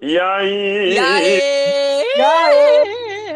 E E aí? aí? E aí?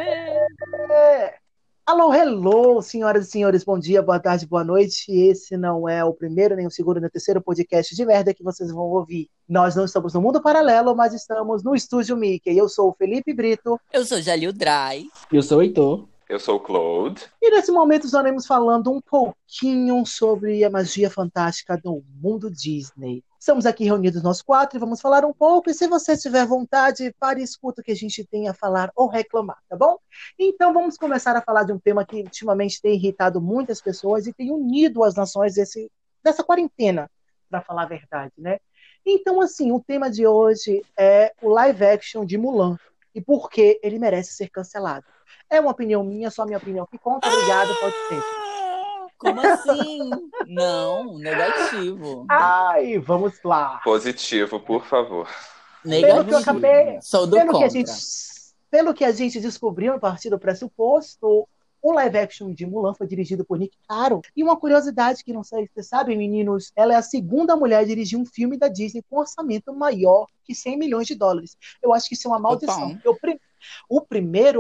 Alô, hello, senhoras e senhores, bom dia, boa tarde, boa noite. Esse não é o primeiro, nem o segundo, nem o terceiro podcast de merda que vocês vão ouvir. Nós não estamos no mundo paralelo, mas estamos no Estúdio Mickey. Eu sou o Felipe Brito Eu sou Jalil Dry. Eu sou o Heitor. Eu sou o Claude. e nesse momento estaremos falando um pouquinho sobre a magia fantástica do mundo Disney. Estamos aqui reunidos nós quatro e vamos falar um pouco. E se você tiver vontade, pare e escuta o que a gente tem a falar ou reclamar, tá bom? Então vamos começar a falar de um tema que ultimamente tem irritado muitas pessoas e tem unido as nações dessa quarentena, para falar a verdade, né? Então, assim, o tema de hoje é o live action de Mulan e por que ele merece ser cancelado. É uma opinião minha, só minha opinião que conta. Obrigado, pode sempre. Como assim? Não, negativo. Ai, vamos lá. Positivo, por favor. Pelo que eu Negativo. acabei, Sou do pelo que a gente, contra. pelo que a gente descobriu a partir do pressuposto, o live action de Mulan foi dirigido por Nick Caro. E uma curiosidade que não sei se vocês sabem, meninos, ela é a segunda mulher a dirigir um filme da Disney com orçamento maior que 100 milhões de dólares. Eu acho que isso é uma maldição. Opa. O primeiro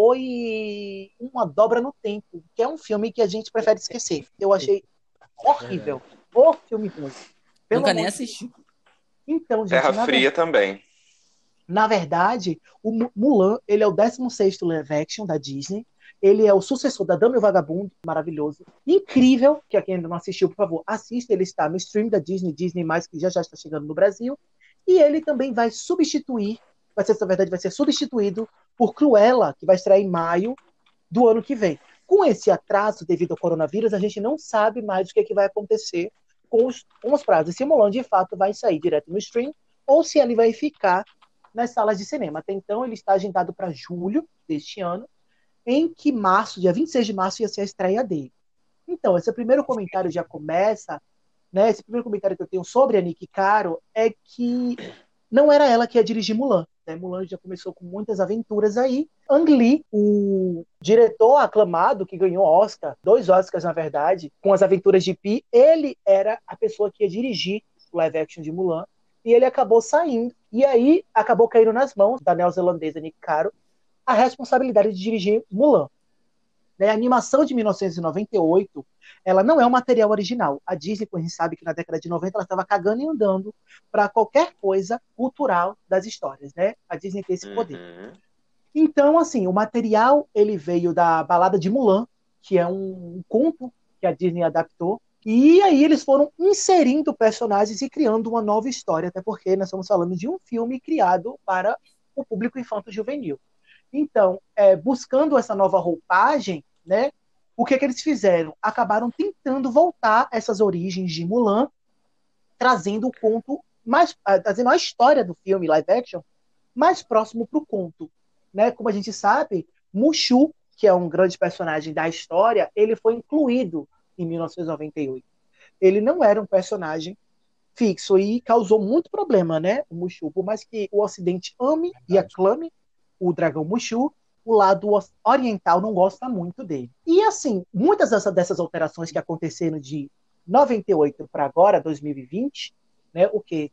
foi Uma Dobra no Tempo, que é um filme que a gente prefere esquecer. Eu achei horrível. O filme ruim. Pelo Nunca nem amor de Deus. assisti. Então, gente, Terra Fria também. na verdade, o Mulan, ele é o 16º live action da Disney. Ele é o sucessor da Dama e o Vagabundo, maravilhoso. Incrível, que quem ainda não assistiu, por favor, assista. Ele está no stream da Disney, Disney+, que já está chegando no Brasil. E ele também vai substituir, na verdade, vai ser substituído por Cruella, que vai estrear em maio do ano que vem. Com esse atraso devido ao coronavírus, a gente não sabe mais o que vai acontecer com os prazos. Se Mulan, de fato, vai sair direto no stream, ou se ele vai ficar nas salas de cinema. Até então, ele está agendado para julho deste ano, em que março, dia 26 de março, ia ser a estreia dele. Então, esse primeiro comentário já começa, né? Esse primeiro comentário que eu tenho sobre a Nick Caro é que não era ela que ia dirigir Mulan. Né? Mulan já começou com muitas aventuras aí. Ang Lee, o diretor aclamado que ganhou Oscar, 2 Oscars na verdade, com as aventuras de Pi, ele era a pessoa que ia dirigir o live action de Mulan. E ele acabou saindo. E aí acabou caindo nas mãos da neozelandesa Nick Caro a responsabilidade de dirigir Mulan. Né? A animação de 1998, ela não é um material original. A Disney, como a gente sabe que na década de 90 ela estava cagando e andando para qualquer coisa cultural das histórias. Né? A Disney tem esse poder. Uhum. Então, assim, o material ele veio da Balada de Mulan, que é um conto que a Disney adaptou. E aí eles foram inserindo personagens e criando uma nova história, até porque nós estamos falando de um filme criado para o público infanto-juvenil. Então, buscando essa nova roupagem, né, o que eles fizeram? Acabaram tentando voltar essas origens de Mulan, trazendo o conto trazendo a história do filme live action mais próximo para o conto. Né? Como a gente sabe, Mushu, que é um grande personagem da história, ele foi incluído em 1998. Ele não era um personagem fixo e causou muito problema, né? O Mushu, por mais que o Ocidente ame e aclame o dragão Mushu, o lado oriental não gosta muito dele. E assim, muitas dessas alterações que aconteceram de 98 para agora, 2020, né? O que?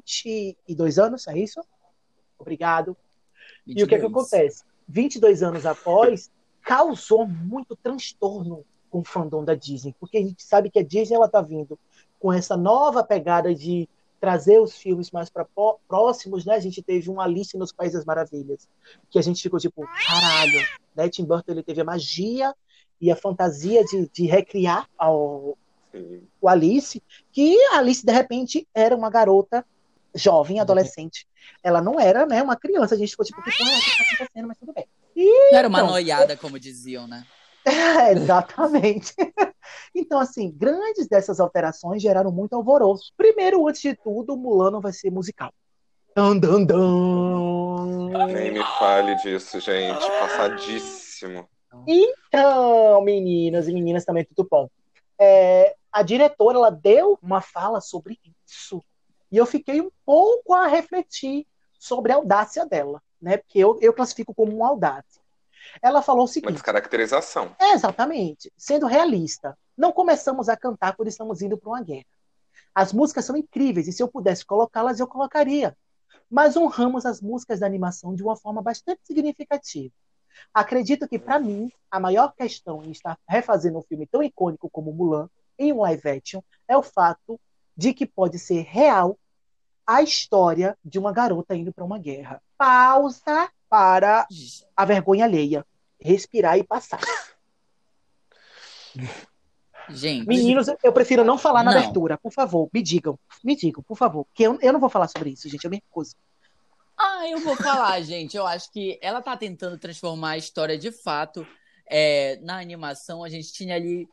22 anos, é isso? Obrigado. E o que 22. acontece? 22 anos após, causou muito transtorno com o fandom da Disney, porque a gente sabe que a Disney ela tá vindo com essa nova pegada de trazer os filmes mais para próximos, né? A gente teve uma Alice nos Países das Maravilhas, que a gente ficou tipo, caralho, né? Tim Burton ele teve a magia e a fantasia de recriar o Alice, que a Alice de repente era uma garota jovem, adolescente. Ela não era, né, uma criança. A gente ficou tipo, o que porra é essa que tá acontecendo? Mas tudo bem. E, Não era uma então, noiada, como diziam, né? exatamente. Então, assim, grandes dessas alterações geraram muito alvoroço. Primeiro, antes de tudo, Mulan não vai ser musical. Dan, dan, dan. Nem me fale disso, gente. Passadíssimo. Então, meninas e meninas também, tudo bom. A diretora, ela deu uma fala sobre isso. E eu fiquei um pouco a refletir sobre a audácia dela, né? Porque eu classifico como uma audácia. Ela falou o Uma seguinte: descaracterização. exatamente, sendo realista, não começamos a cantar quando estamos indo para uma guerra. As músicas são incríveis e se eu pudesse colocá-las, eu colocaria. mas honramos as músicas da animação de uma forma bastante significativa. Acredito que, para mim, a maior questão em estar refazendo um filme tão icônico como Mulan em um live action é o fato de que pode ser real a história de uma garota indo para uma guerra. Pausa para a vergonha alheia. Respirar e passar. Gente, Meninos, eu prefiro não falar na Não. abertura. Por favor, me digam, por favor. Que eu não vou falar sobre isso, gente. Eu me recuso. eu vou falar, gente. Eu acho que ela tá tentando transformar a história de fato. Na animação, a gente tinha ali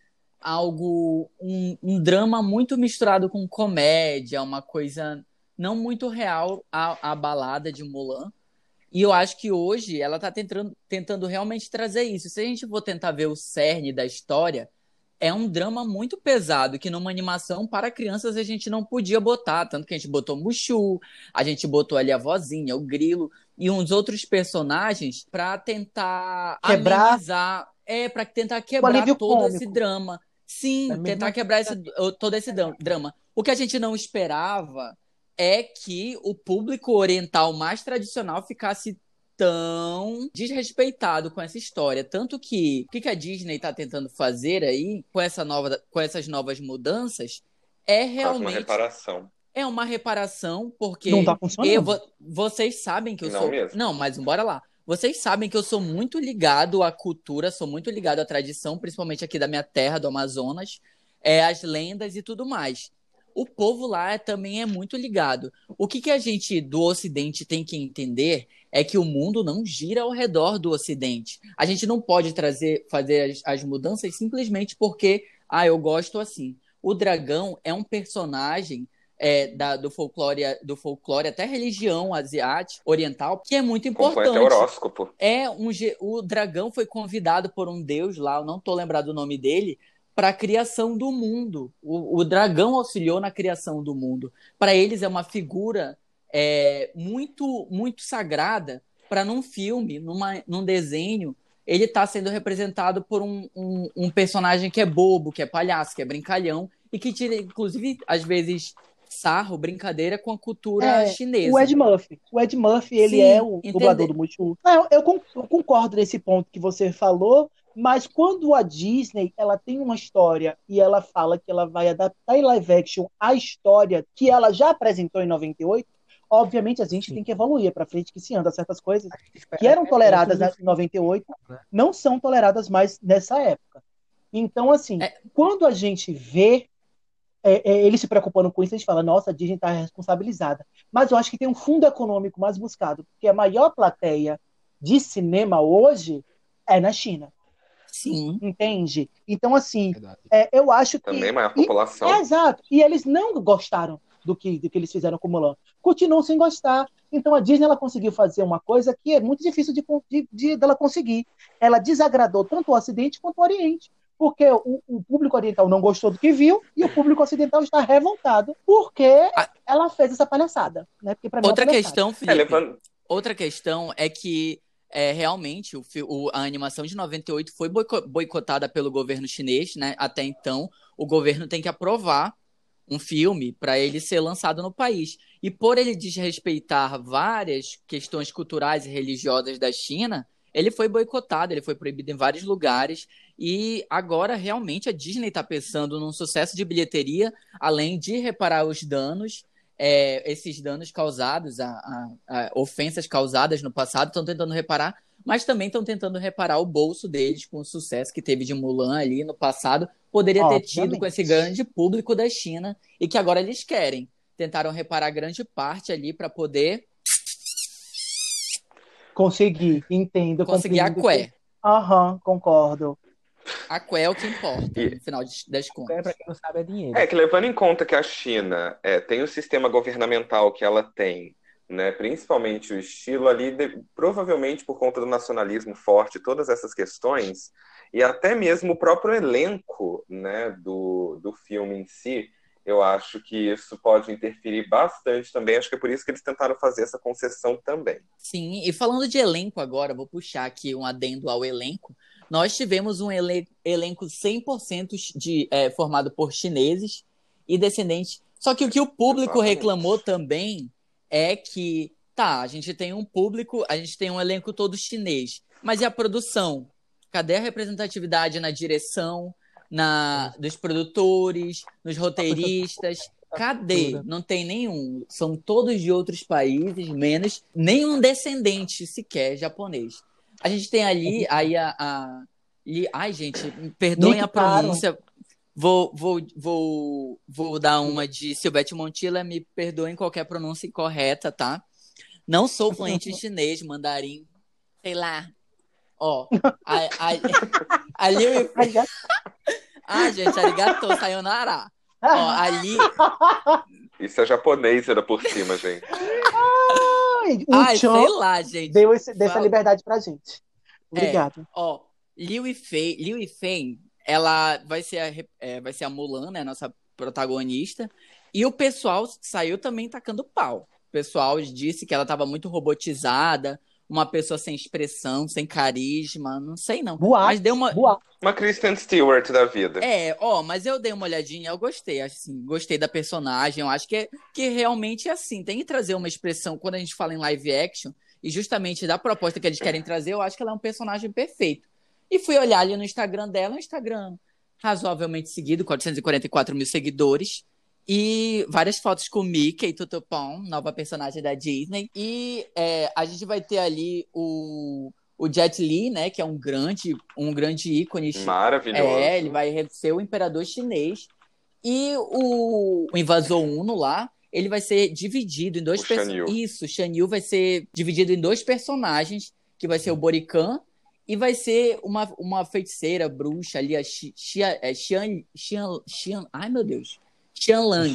um drama muito misturado com comédia, uma coisa não muito real, a balada de Mulan. E eu acho que hoje ela tá tentando realmente trazer isso. Se a gente for tentar ver o cerne da história, é um drama muito pesado, que numa animação para crianças a gente não podia botar. Tanto que a gente botou Mushu, a gente botou ali a vozinha, o grilo e uns outros personagens para tentar Quebrar amenizar, para tentar o quebrar alívio todo esse cômico. drama. Sim, É mesmo tentar assim. quebrar todo esse drama. O que a gente não esperava é que o público oriental mais tradicional ficasse tão desrespeitado com essa história. Tanto que o que a Disney está tentando fazer aí com essas novas mudanças é Quase uma realmente reparação. é uma reparação, Não tá porque funcionando. vocês sabem que eu Não sou. mesmo. Não, mas bora lá. Vocês sabem que eu sou muito ligado à cultura, sou muito ligado à tradição, principalmente aqui da minha terra, do Amazonas, às lendas e tudo mais. O povo lá também é muito ligado. O que a gente do Ocidente tem que entender é que o mundo não gira ao redor do Ocidente. A gente não pode fazer as mudanças simplesmente porque, eu gosto assim. O dragão é um personagem do folclore até religião asiática, oriental, que é muito Compõe até importante. horóscopo. O dragão foi convidado por um deus lá, eu não estou lembrado do nome dele, para a criação do mundo. O dragão auxiliou na criação do mundo. Para eles é uma figura muito, muito sagrada para num filme, num desenho, ele está sendo representado por um personagem que é bobo, que é palhaço, que é brincalhão, e que tira, inclusive, às vezes, sarro, brincadeira com a cultura O chinesa. Ed Murphy. O Ed Murphy, ele é Sim, o dublador do Mushu. Não, eu concordo nesse ponto que você falou, mas quando a Disney ela tem uma história e ela fala que ela vai adaptar em live action a história que ela já apresentou em 98, obviamente a gente tem que evoluir para frente, que se anda certas coisas que eram toleradas em 98 não são toleradas mais nessa época. Então, assim, quando a gente vê ele se preocupando com isso, a gente fala, nossa, a Disney está responsabilizada. Mas eu acho que tem um fundo econômico mais buscado, porque a maior plateia de cinema hoje é na China. Sim. Entende? Então, assim, eu acho que... Também maior população. Exato. E eles não gostaram do que eles fizeram com Mulan. Continuam sem gostar. Então, a Disney ela conseguiu fazer uma coisa que é muito difícil dela conseguir. Ela desagradou tanto o Ocidente quanto o Oriente. Porque o público oriental não gostou do que viu e o público ocidental está revoltado porque ela fez essa palhaçada. Né? Porque, pra mim, outra é uma questão, Felipe, levando... outra questão é que realmente a animação de 98 foi boicotada pelo governo chinês, né? Até então, o governo tem que aprovar um filme para ele ser lançado no país. E por ele desrespeitar várias questões culturais e religiosas da China, ele foi boicotado, ele foi proibido em vários lugares. E agora, realmente, a Disney está pensando num sucesso de bilheteria, além de reparar os danos, esses danos causados, a ofensas causadas no passado, estão tentando reparar, mas também estão tentando reparar o bolso deles com o sucesso que teve de Mulan ali no passado, poderia ter tido com esse grande público da China, e que agora eles querem. Tentaram reparar grande parte ali para poder... Conseguir, entendo. Conseguir a Qué. Concordo. A Qué é o que importa, no final das contas. Pra quem não sabe, é dinheiro. Que levando em conta que a China tem o sistema governamental que ela tem, né, principalmente o estilo ali, provavelmente por conta do nacionalismo forte, todas essas questões, e até mesmo o próprio elenco, né, do filme em si, eu acho que isso pode interferir bastante também. Acho que é por isso que eles tentaram fazer essa concessão também. Sim, e falando de elenco agora, vou puxar aqui um adendo ao elenco. Nós tivemos um elenco 100% formado por chineses e descendentes. Só que o que o público reclamou também é que Tá, a gente tem um público, a gente tem um elenco todo chinês. Mas e a produção? Cadê a representatividade na direção, dos produtores, nos roteiristas? Cadê? Não tem nenhum. São todos de outros países, menos nenhum descendente sequer japonês. A gente tem ali, ai, gente, me perdoem a pronúncia. Vou dar uma de Silvete Montilla, me perdoem qualquer pronúncia incorreta, tá? Não sou fluente em chinês, mandarim, sei lá. Ó, ali eu... Ah, gente, arigato, sayonara. Ó, ali... Isso é japonês, era por cima, gente. Ai, sei lá, gente. Deu essa liberdade pra gente. Obrigado. Ó, Liu Yifei, ela vai ser a Mulan, né, nossa protagonista. E o pessoal saiu também tacando pau. O pessoal disse que ela estava muito robotizada, uma pessoa sem expressão, sem carisma, não sei não. Mas deu uma Kristen Stewart da vida. Mas eu dei uma olhadinha, eu gostei, assim, gostei da personagem, eu acho que realmente é assim, tem que trazer uma expressão quando a gente fala em live action, e justamente da proposta que eles querem trazer, eu acho que ela é um personagem perfeito. E fui olhar ali no Instagram dela, um Instagram razoavelmente seguido, 444 mil seguidores, e várias fotos com Mickey e Tutupom, nova personagem da Disney. E a gente vai ter ali o Jet Li, né, que é um grande ícone. Maravilhoso. Ele vai ser o imperador chinês. E o Invasor Uno lá, ele vai ser dividido em dois personagens. Isso, o Shan Yu vai ser dividido em dois personagens, que vai ser o Borican e vai ser uma feiticeira, bruxa ali, a Xian... Ai, meu Deus. Xianlang,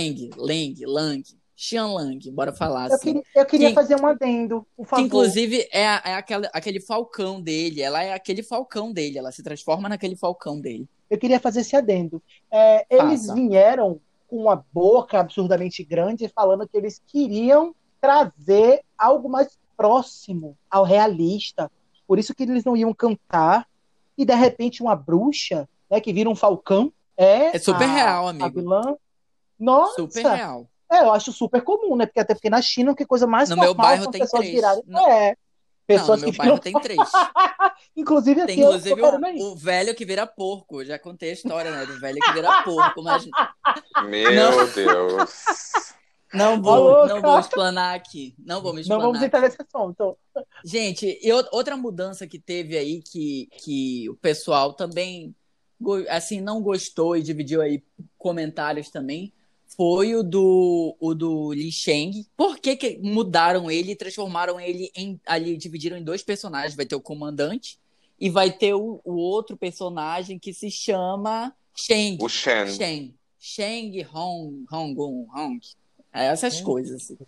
Xianlang, bora falar assim. Eu queria fazer um adendo, por favor. Que inclusive é aquele falcão dele, ela é aquele falcão dele, ela se transforma naquele falcão dele. Eu queria fazer esse adendo. Eles vieram com uma boca absurdamente grande falando que eles queriam trazer algo mais próximo ao realista. Por isso que eles não iam cantar e de repente uma bruxa, né, que vira um falcão, é super real, amigo. A vilã. Nossa. Super real. Eu acho super comum, né? Até porque na China, que coisa mais normal, no meu bairro tem pessoas 3. virarem. Pessoas no meu bairro tem 3. Inclusive aqui, o velho que vira porco. Eu já contei a história, né? Do velho que vira porco. Mas... Meu Deus. Não vou explanar aqui. Não vou me explanar. Não vamos entrar nesse assunto. Gente, e outra mudança que teve aí, que o pessoal também assim, não gostou e dividiu aí comentários também, foi o do Li Sheng. Por que mudaram ele e transformaram ele ali, dividiram em dois personagens? Vai ter o comandante e vai ter o outro personagem que se chama Sheng. O Shen. Sheng Hong. Essas coisas. Assim.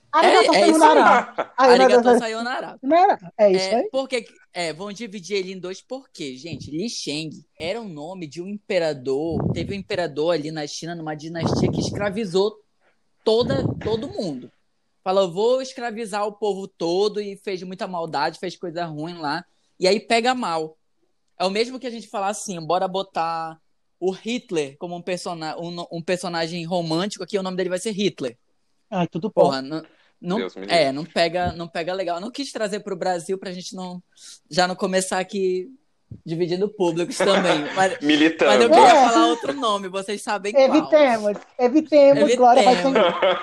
Arigato sayonara. É isso aí? Porque vão dividir ele em dois porque, gente, Li Sheng era o nome de um imperador. Teve um imperador ali na China, numa dinastia que escravizou todo mundo. Falou, vou escravizar o povo todo e fez muita maldade, fez coisa ruim lá. E aí pega mal. É o mesmo que a gente falar assim, bora botar o Hitler como um personagem romântico, aqui o nome dele vai ser Hitler. Ai, tudo bom. Porra, não pega legal. Eu não quis trazer pro Brasil pra gente já não começar aqui dividindo públicos também. Militando. Mas eu queria falar outro nome, vocês sabem qual. Evitemos. Glória vai ser.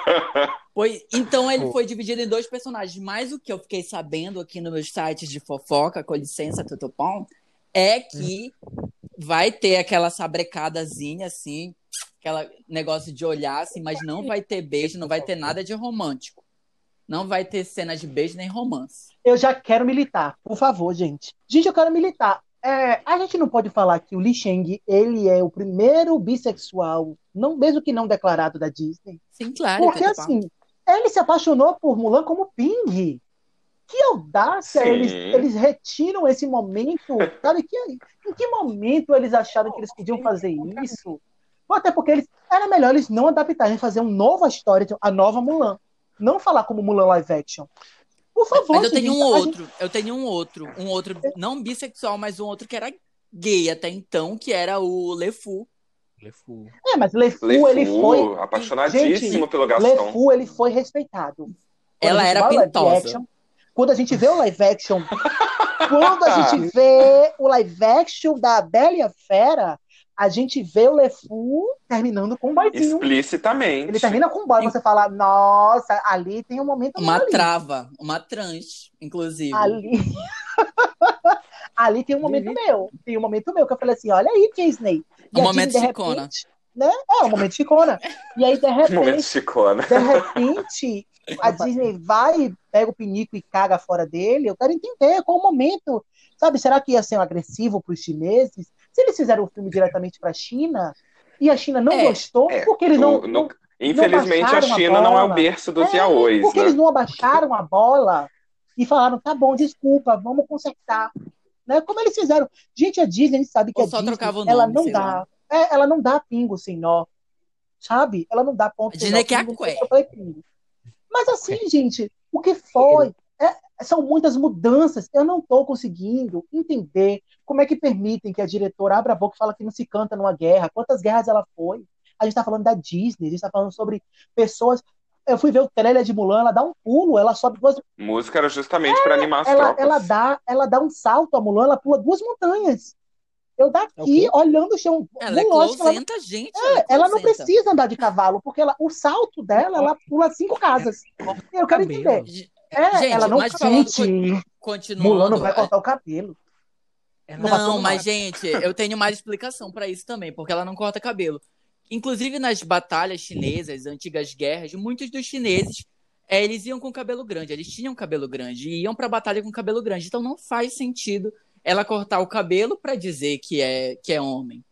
Então ele foi dividido em dois personagens. Mas o que eu fiquei sabendo aqui nos meus sites de fofoca, com licença, Tutupom, é que vai ter aquela sabrecadazinha assim, aquele negócio de olhar, assim, mas não vai ter beijo, não vai ter nada de romântico. Não vai ter cena de beijo nem romance. Eu já quero militar, por favor, gente. Gente, eu quero militar. A gente não pode falar que o Li Sheng, ele é o primeiro bissexual, mesmo que não declarado, da Disney. Sim, claro. Porque, assim, ele se apaixonou por Mulan como Ping. Que audácia, eles retiram esse momento, sabe? Em que momento eles acharam que eles podiam fazer isso? Até porque era melhor eles não adaptarem, fazer uma nova história, a nova Mulan. Não falar como Mulan live action. Por favor, mas eu tenho um outro, não bissexual, mas um outro que era gay até então, que era o LeFou. Mas LeFou, ele foi apaixonadíssimo pelo Gaston. LeFou, ele foi respeitado. Quando Ela a gente era vai ao live pintosa. action, quando a gente vê o live action, quando a gente vê o live action da Bela e a Fera, a gente vê o LeFou terminando com um boyzinho. Explicitamente. Ele termina com um boy, você fala, nossa, ali tem um momento Uma ali. trava, uma trans, inclusive. Ali tem um momento meu. Tem um momento meu que eu falei assim, olha aí, Disney. E Um a momento Disney, de chicona. repente, né? É, um momento chicona. E aí, Momento chicona. de repente, a Disney vai, pega o pinico e caga fora dele. Eu quero entender qual o momento. Sabe, será que ia ser um agressivo para os chineses? Se eles fizeram o filme diretamente para a China e a China não gostou, porque eles não infelizmente, a abaixaram China não é o bola? berço dos yaois, Porque né? eles não abaixaram a bola e falaram, tá bom, desculpa, vamos consertar. Né? Como eles fizeram. Gente, a Disney, a gente sabe que Ou a só Disney, trocava o ela nome, não sei lá. dá. Ela não dá pingo sem nó. Sabe? Ela não dá ponto A sem Disney nó. quer a Pingo, cué. eu falei pingo. Mas assim, gente, o que foi? São muitas mudanças. Eu não estou conseguindo entender como é que permitem que a diretora abra a boca e fala que não se canta numa guerra. Quantas guerras ela foi? A gente está falando da Disney, a gente está falando sobre pessoas. Eu fui ver o trailer de Mulan, ela dá um pulo, ela sobe duas. Música era justamente para animar as tropas. Ela dá um salto, a Mulan, ela pula 2 montanhas. Eu daqui, olhando o chão. Ela é lógico, closenta, gente. ela não precisa andar de cavalo, porque o salto dela, ela pula 5 casas. Eu quero entender. Gente, Ela não. mas falando, Mulan continuando. não vai cortar o cabelo. Não, mas, gente, eu tenho mais explicação pra isso também, porque ela não corta cabelo. Inclusive, nas batalhas chinesas, antigas guerras, muitos dos chineses, eles iam com cabelo grande, eles tinham cabelo grande, e iam pra batalha com cabelo grande. Então, não faz sentido ela cortar o cabelo pra dizer que é homem.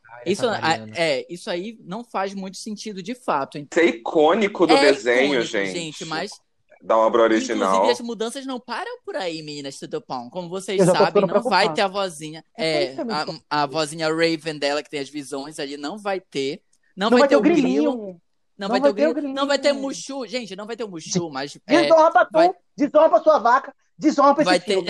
Isso aí não faz muito sentido de fato. Isso é icônico do desenho, icônico, gente. Mas Da obra original. inclusive, as mudanças não param por aí, meninas Tutupão. Como vocês Eu já tô sabem, ficando não vai preocupado. ter a vozinha. A vozinha Raven dela, que tem as visões ali, não vai ter. Não vai ter o grilo. Não vai ter o grilo. Não vai ter Mushu. Gente, não vai ter o Mushu, mas. Desonra pra tu, desonra pra sua vaca, desonra pra esse filme.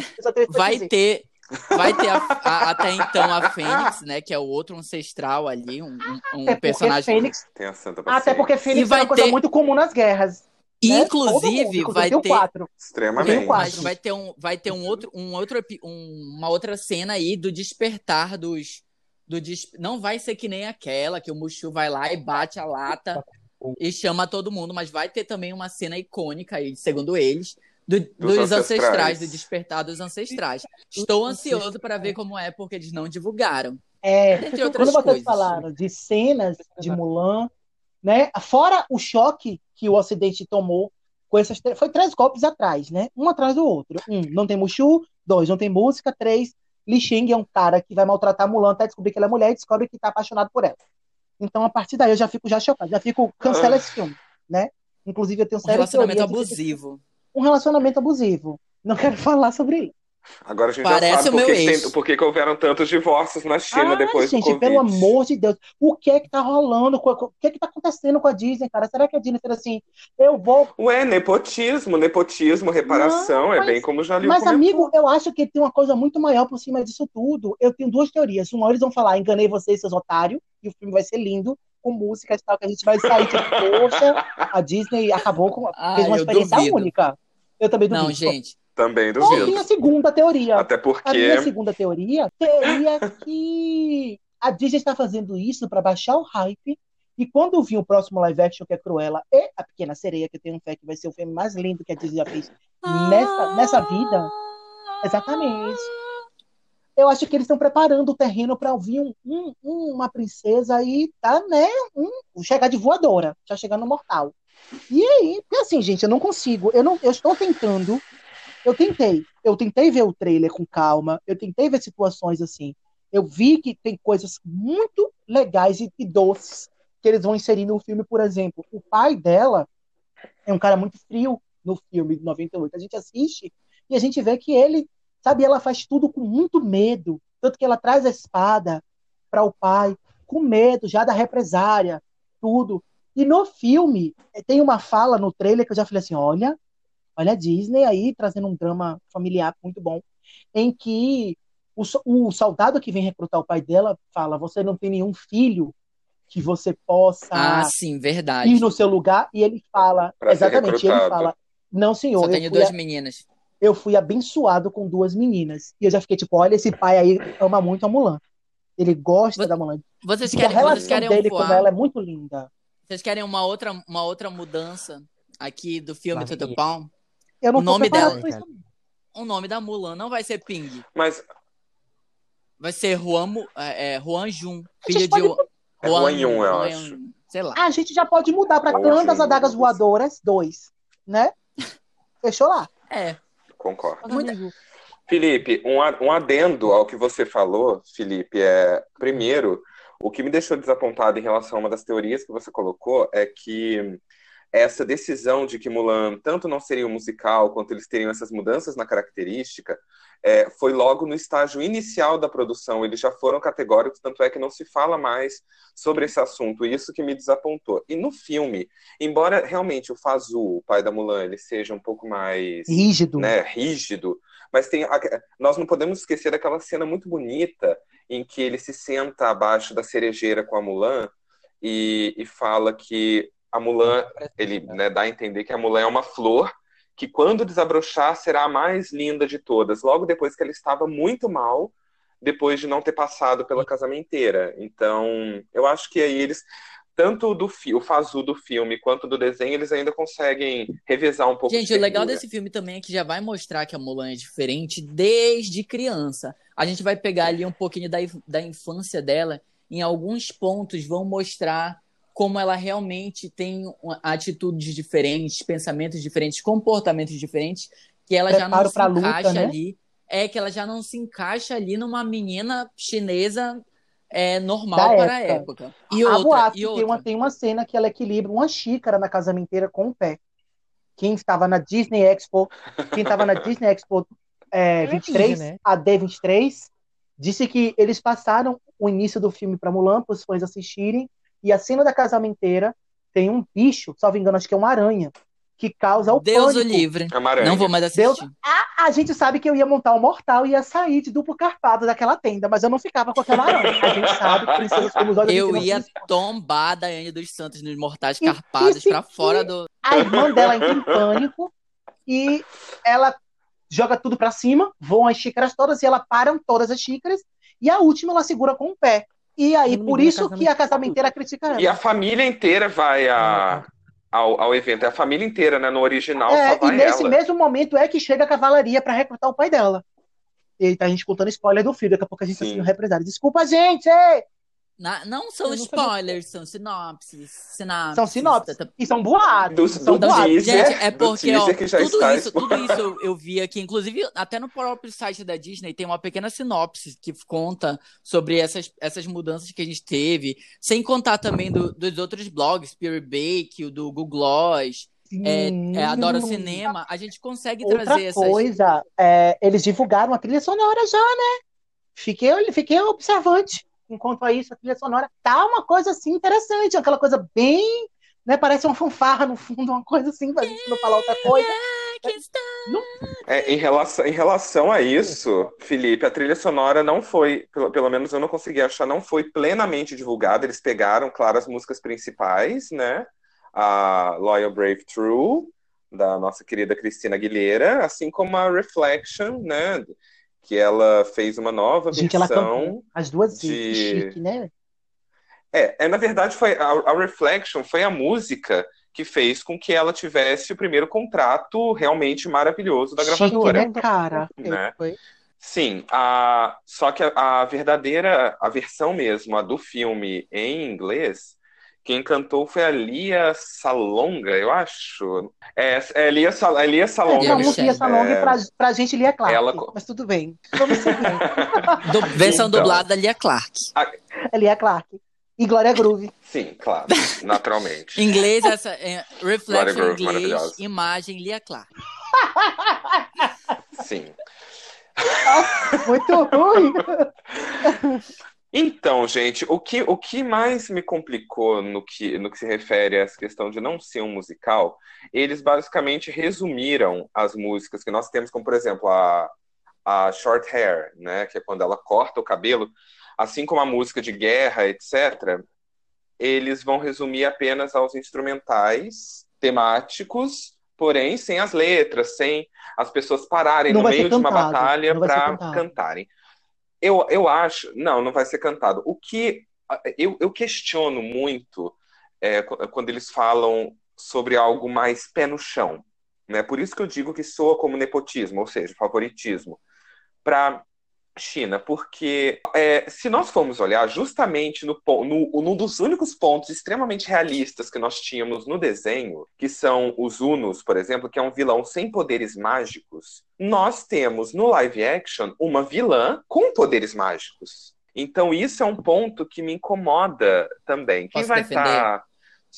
Vai ter até então a Fênix, né? Que é o outro ancestral ali, um personagem. Fênix, tem a Santa até porque Fênix é uma coisa muito comum nas guerras. Inclusive, vai ter. 4. Extremamente. Mas vai ter uma outra cena aí do despertar não vai ser que nem aquela que o Mushu vai lá e bate a lata e chama todo mundo, mas vai ter também uma cena icônica aí, segundo eles, dos ancestrais, do despertar dos ancestrais. Estou ansioso para ver como é, porque eles não divulgaram. Entre outras quando vocês coisas. falaram de cenas de Mulan, né? Fora o choque que o Ocidente tomou com essas foi 3 golpes atrás, né? Um atrás do outro. 1, não tem Mushu. 2, não tem música. 3, Li Shang é um cara que vai maltratar Mulan até descobrir que ela é mulher e descobre que tá apaixonado por ela. Então, a partir daí, eu já fico chocado. Já fico, cancela esse filme, né? Inclusive, eu tenho sérias relacionamento teorias abusivo. Um relacionamento abusivo. Não quero falar sobre isso. Agora a gente já sabe por que houveram tantos divórcios na China depois do Covid. Pelo amor de Deus, o que é que tá rolando? O que é que tá acontecendo com a Disney, cara? Será que a Disney fez assim, eu vou... nepotismo, reparação, é bem como já li. Mas, amigo, eu acho que tem uma coisa muito maior por cima disso tudo. Eu tenho 2 teorias. Uma, eles vão falar, enganei vocês, seus otários, e o filme vai ser lindo, com músicas e tal, que a gente vai sair tipo, poxa, a Disney acabou com... fez uma experiência única. Eu também duvido. Não, gente. Também duvido. Ou minha segunda teoria. Até porque... A minha segunda teoria seria que a Disney está fazendo isso para baixar o hype e quando vir o próximo live action, que é Cruella e a Pequena Sereia, que eu tenho fé que vai ser o filme mais lindo que a Disney já fez nessa vida. Exatamente. Eu acho que eles estão preparando o terreno para vir uma princesa e tá, né? Chegar de voadora, já chegar no mortal. E aí, porque assim, gente, eu não consigo. Eu estou tentando. Eu tentei ver o trailer com calma, eu tentei ver situações assim. Eu vi que tem coisas muito legais e doces que eles vão inserir no filme, por exemplo. O pai dela é um cara muito frio no filme de 98. A gente assiste e a gente vê que ele, sabe, ela faz tudo com muito medo. Tanto que ela traz a espada para o pai, com medo já da represária, tudo. E no filme, tem uma fala no trailer que eu já falei assim, olha a Disney aí trazendo um drama familiar muito bom, em que o soldado que vem recrutar o pai dela fala, você não tem nenhum filho que você possa sim, verdade. ir no seu lugar, e ele fala, exatamente, ele fala, Não, senhor. Só tenho duas meninas. Eu fui abençoado com 2 meninas. E eu já fiquei tipo, olha, esse pai aí ama muito a Mulan. Ele gosta da Mulan. Vocês E a relação querem dele com ela é muito linda. Vocês querem uma outra mudança aqui do filme Lá Tudo vem. Pão? Eu não O tô nome preparado dela. pra isso. O nome da Mulan não vai ser Ping. Mas Vai ser Huan Jun, A gente filho de pode Huan Yun, eu Huan acho. Yun, sei lá. A gente já pode mudar pra Ou Clã das Jun, Adagas assim. Voadoras 2, né? Fechou lá. Concordo. Mas, Muito- amigo, Felipe, um adendo ao que você falou, Felipe, primeiro, o que me deixou desapontado em relação a uma das teorias que você colocou é que essa decisão de que Mulan tanto não seria um musical quanto eles teriam essas mudanças na característica foi logo no estágio inicial da produção. Eles já foram categóricos, tanto é que não se fala mais sobre esse assunto. Isso que me desapontou. E no filme, embora realmente o Fazul, o pai da Mulan, ele seja um pouco mais rígido. né, rígido, mas nós não podemos esquecer daquela cena muito bonita em que ele se senta abaixo da cerejeira com a Mulan e fala que a Mulan, ele dá a entender que a Mulan é uma flor que quando desabrochar será a mais linda de todas, logo depois que ela estava muito mal, depois de não ter passado pela casamenteira. Então, eu acho que aí eles, tanto o Fazul do filme quanto do desenho, eles ainda conseguem revezar um pouco Gente, de o legal ternura. desse filme também é que já vai mostrar que a Mulan é diferente desde criança. A gente vai pegar ali um pouquinho da infância dela, em alguns pontos vão mostrar como ela realmente tem atitudes diferentes, pensamentos diferentes, comportamentos diferentes, que ela já não Preparo se pra luta, encaixa né? ali. Que ela já não se encaixa ali numa menina chinesa normal Da para a época. época. E Há outra, boatos e que outra. tem uma cena que ela equilibra uma xícara na casamenteira com o pé. Quem estava na Disney Expo 23, né? a D23, disse que eles passaram o início do filme para Mulan, para os fãs assistirem, e a cena da casamenteira tem um bicho, salvo engano, acho que é uma aranha, que causa o Deus o pânico. livre. É uma aranha. Não vou mais Deus, assistir. a gente sabe que eu ia montar um mortal e ia sair de duplo carpado daquela tenda, mas eu não ficava com aquela aranha. A gente sabe, princesas como nós, a gente Eu não ia se... tombar a Daiane dos Santos nos Mortais E- Carpados e se- pra fora do... A irmã dela entra em pânico e ela joga tudo pra cima, voam as xícaras todas e ela param todas as xícaras e a última ela segura com o pé. E aí, Se não me por engano, isso que a casamenteira critica ela. E a família inteira vai ao evento. É a família inteira, né? No original só E vai nesse ela. mesmo momento é que chega a cavalaria pra recrutar o pai dela. Eita, a gente contando spoiler do filme, daqui a pouco a gente tá Sim. sendo represado. Desculpa, gente! Não são Eu não sabia. spoilers, são sinopses. São sinopses. E são boatos. Do São boatos. teaser, Gente, é do porque, teaser que já tudo está isso eu vi aqui, inclusive até no próprio site da Disney tem uma pequena sinopse que conta sobre essas mudanças que a gente teve, sem contar também dos outros blogs, Spirit Bake, o do Google Gloss, Adoro Cinema, a gente consegue Outra trazer coisa, eles divulgaram a trilha sonora já, né? Fiquei observante. Enquanto a isso, a trilha sonora tá uma coisa assim interessante, aquela coisa bem, né? Parece uma fanfarra no fundo, uma coisa assim, pra gente não falar outra coisa. Em relação a isso, Felipe, a trilha sonora não foi, pelo menos eu não consegui achar, não foi plenamente divulgada. Eles pegaram, claro, as músicas principais, né? A Loyal, Brave, True, da nossa querida Christina Aguilera, assim como a Reflection, né? Que ela fez uma nova Gente, ela versão. cantou as duas de- vezes, que chique, né? Na verdade, foi a Reflection foi a música que fez com que ela tivesse o primeiro contrato realmente maravilhoso da Chique, gravadora. né, cara? Né? Foi. Sim, só que a verdadeira, a versão mesmo, a do filme em inglês, quem cantou foi a Lia Salonga, eu acho. Lia Salonga. Não, Michelle. Lia Salonga pra gente Lia Clark. Ela- Mas tudo bem. Vamos seguir. versão Então. dublada Lia Clark. É Lia Clark. E Glória Groove. Sim, claro, naturalmente. Em inglês, Glória Reflection em Groove, inglês, maravilhosa. imagem Lia Clark. Sim. Muito ruim. Então, gente, o que mais me complicou no que se refere a essa questão de não ser um musical, eles basicamente resumiram as músicas que nós temos, como, por exemplo, a Short Hair, né, que é quando ela corta o cabelo, assim como a música de guerra, etc., eles vão resumir apenas aos instrumentais temáticos porém sem as letras, sem as pessoas pararem Não no vai ser meio de uma cantado. batalha Não vai ser para cantado. cantarem. Eu acho. Não vai ser cantado. O que eu questiono muito quando eles falam sobre algo mais pé no chão. Né? Por isso que eu digo que soa como nepotismo, ou seja, favoritismo, para China, porque se nós formos olhar justamente num dos únicos pontos extremamente realistas que nós tínhamos no desenho, que são os Unos, por exemplo, que é um vilão sem poderes mágicos, nós temos no live action uma vilã com poderes mágicos. Então isso é um ponto que me incomoda também. Quem Posso vai defender? estar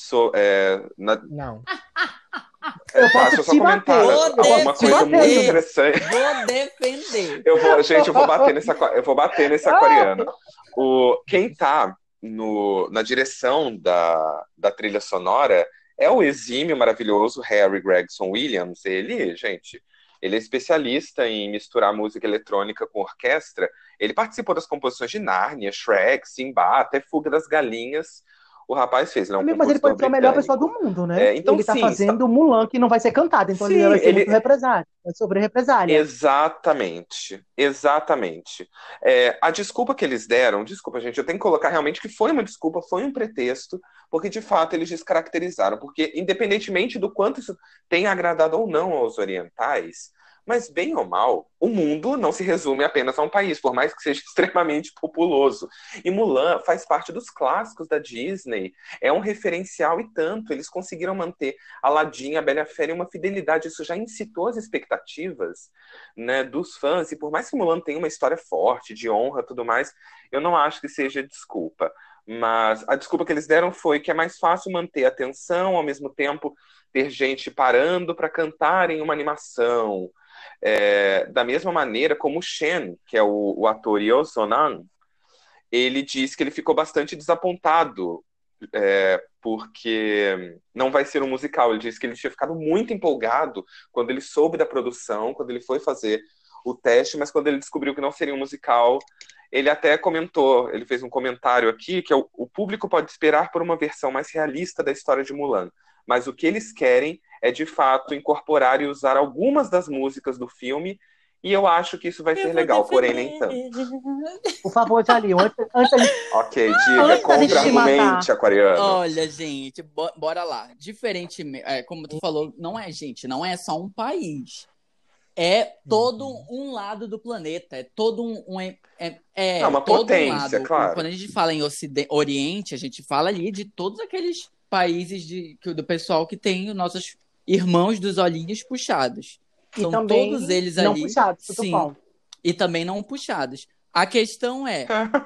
Não. Eu posso deixa eu só te comentar bater. alguma coisa muito interessante. Vou defender. Gente, eu vou bater nesse aquariano. Quem tá na direção da trilha sonora é o exímio, maravilhoso Harry Gregson Williams. Ele é especialista em misturar música eletrônica com orquestra. Ele participou das composições de Nárnia, Shrek, Simba, até Fuga das Galinhas. O rapaz fez, ele é um Mas ele compositor pode ser a melhor pessoa britânico. do mundo, né? Então, Ele tá sim, fazendo Mulan, que não vai ser cantado, então ele vai ser muito represália. É sobre represália. Exatamente. A desculpa que eles deram, desculpa, gente, eu tenho que colocar realmente que foi uma desculpa, foi um pretexto, porque de fato eles descaracterizaram, porque independentemente do quanto isso tenha agradado ou não aos orientais, mas bem ou mal, o mundo não se resume apenas a um país, por mais que seja extremamente populoso. E Mulan faz parte dos clássicos da Disney, é um referencial e tanto. Eles conseguiram manter Aladdin, a Bela Fera em uma fidelidade, isso já incitou as expectativas, né, dos fãs, e por mais que Mulan tenha uma história forte, de honra e tudo mais, eu não acho que seja desculpa. Mas a desculpa que eles deram foi que é mais fácil manter a atenção, ao mesmo tempo ter gente parando para cantar em uma animação. Da mesma maneira como o Shen, que é o ator Yeo Sonan, ele disse que ele ficou bastante desapontado porque não vai ser um musical. Ele disse que ele tinha ficado muito empolgado quando ele soube da produção, quando ele foi fazer o teste, mas quando ele descobriu que não seria um musical, ele até comentou, ele fez um comentário aqui, que o público pode esperar por uma versão mais realista da história de Mulan, mas o que eles querem é, de fato, incorporar e usar algumas das músicas do filme, e eu acho que isso vai ser legal, porém nem tanto. Por favor, Jalil, antes Ok, diga, contra-argumente, aquariano. Olha, gente, bora lá. Diferentemente, como tu falou, não é só um país. É todo um lado do planeta. É todo uma todo potência, um lado. claro. Quando a gente fala em Oriente, a gente fala ali de todos aqueles países do pessoal que tem os nossos irmãos dos olhinhos puxados. São todos eles não ali. Puxados, sim, bom. E também não puxados. A questão é,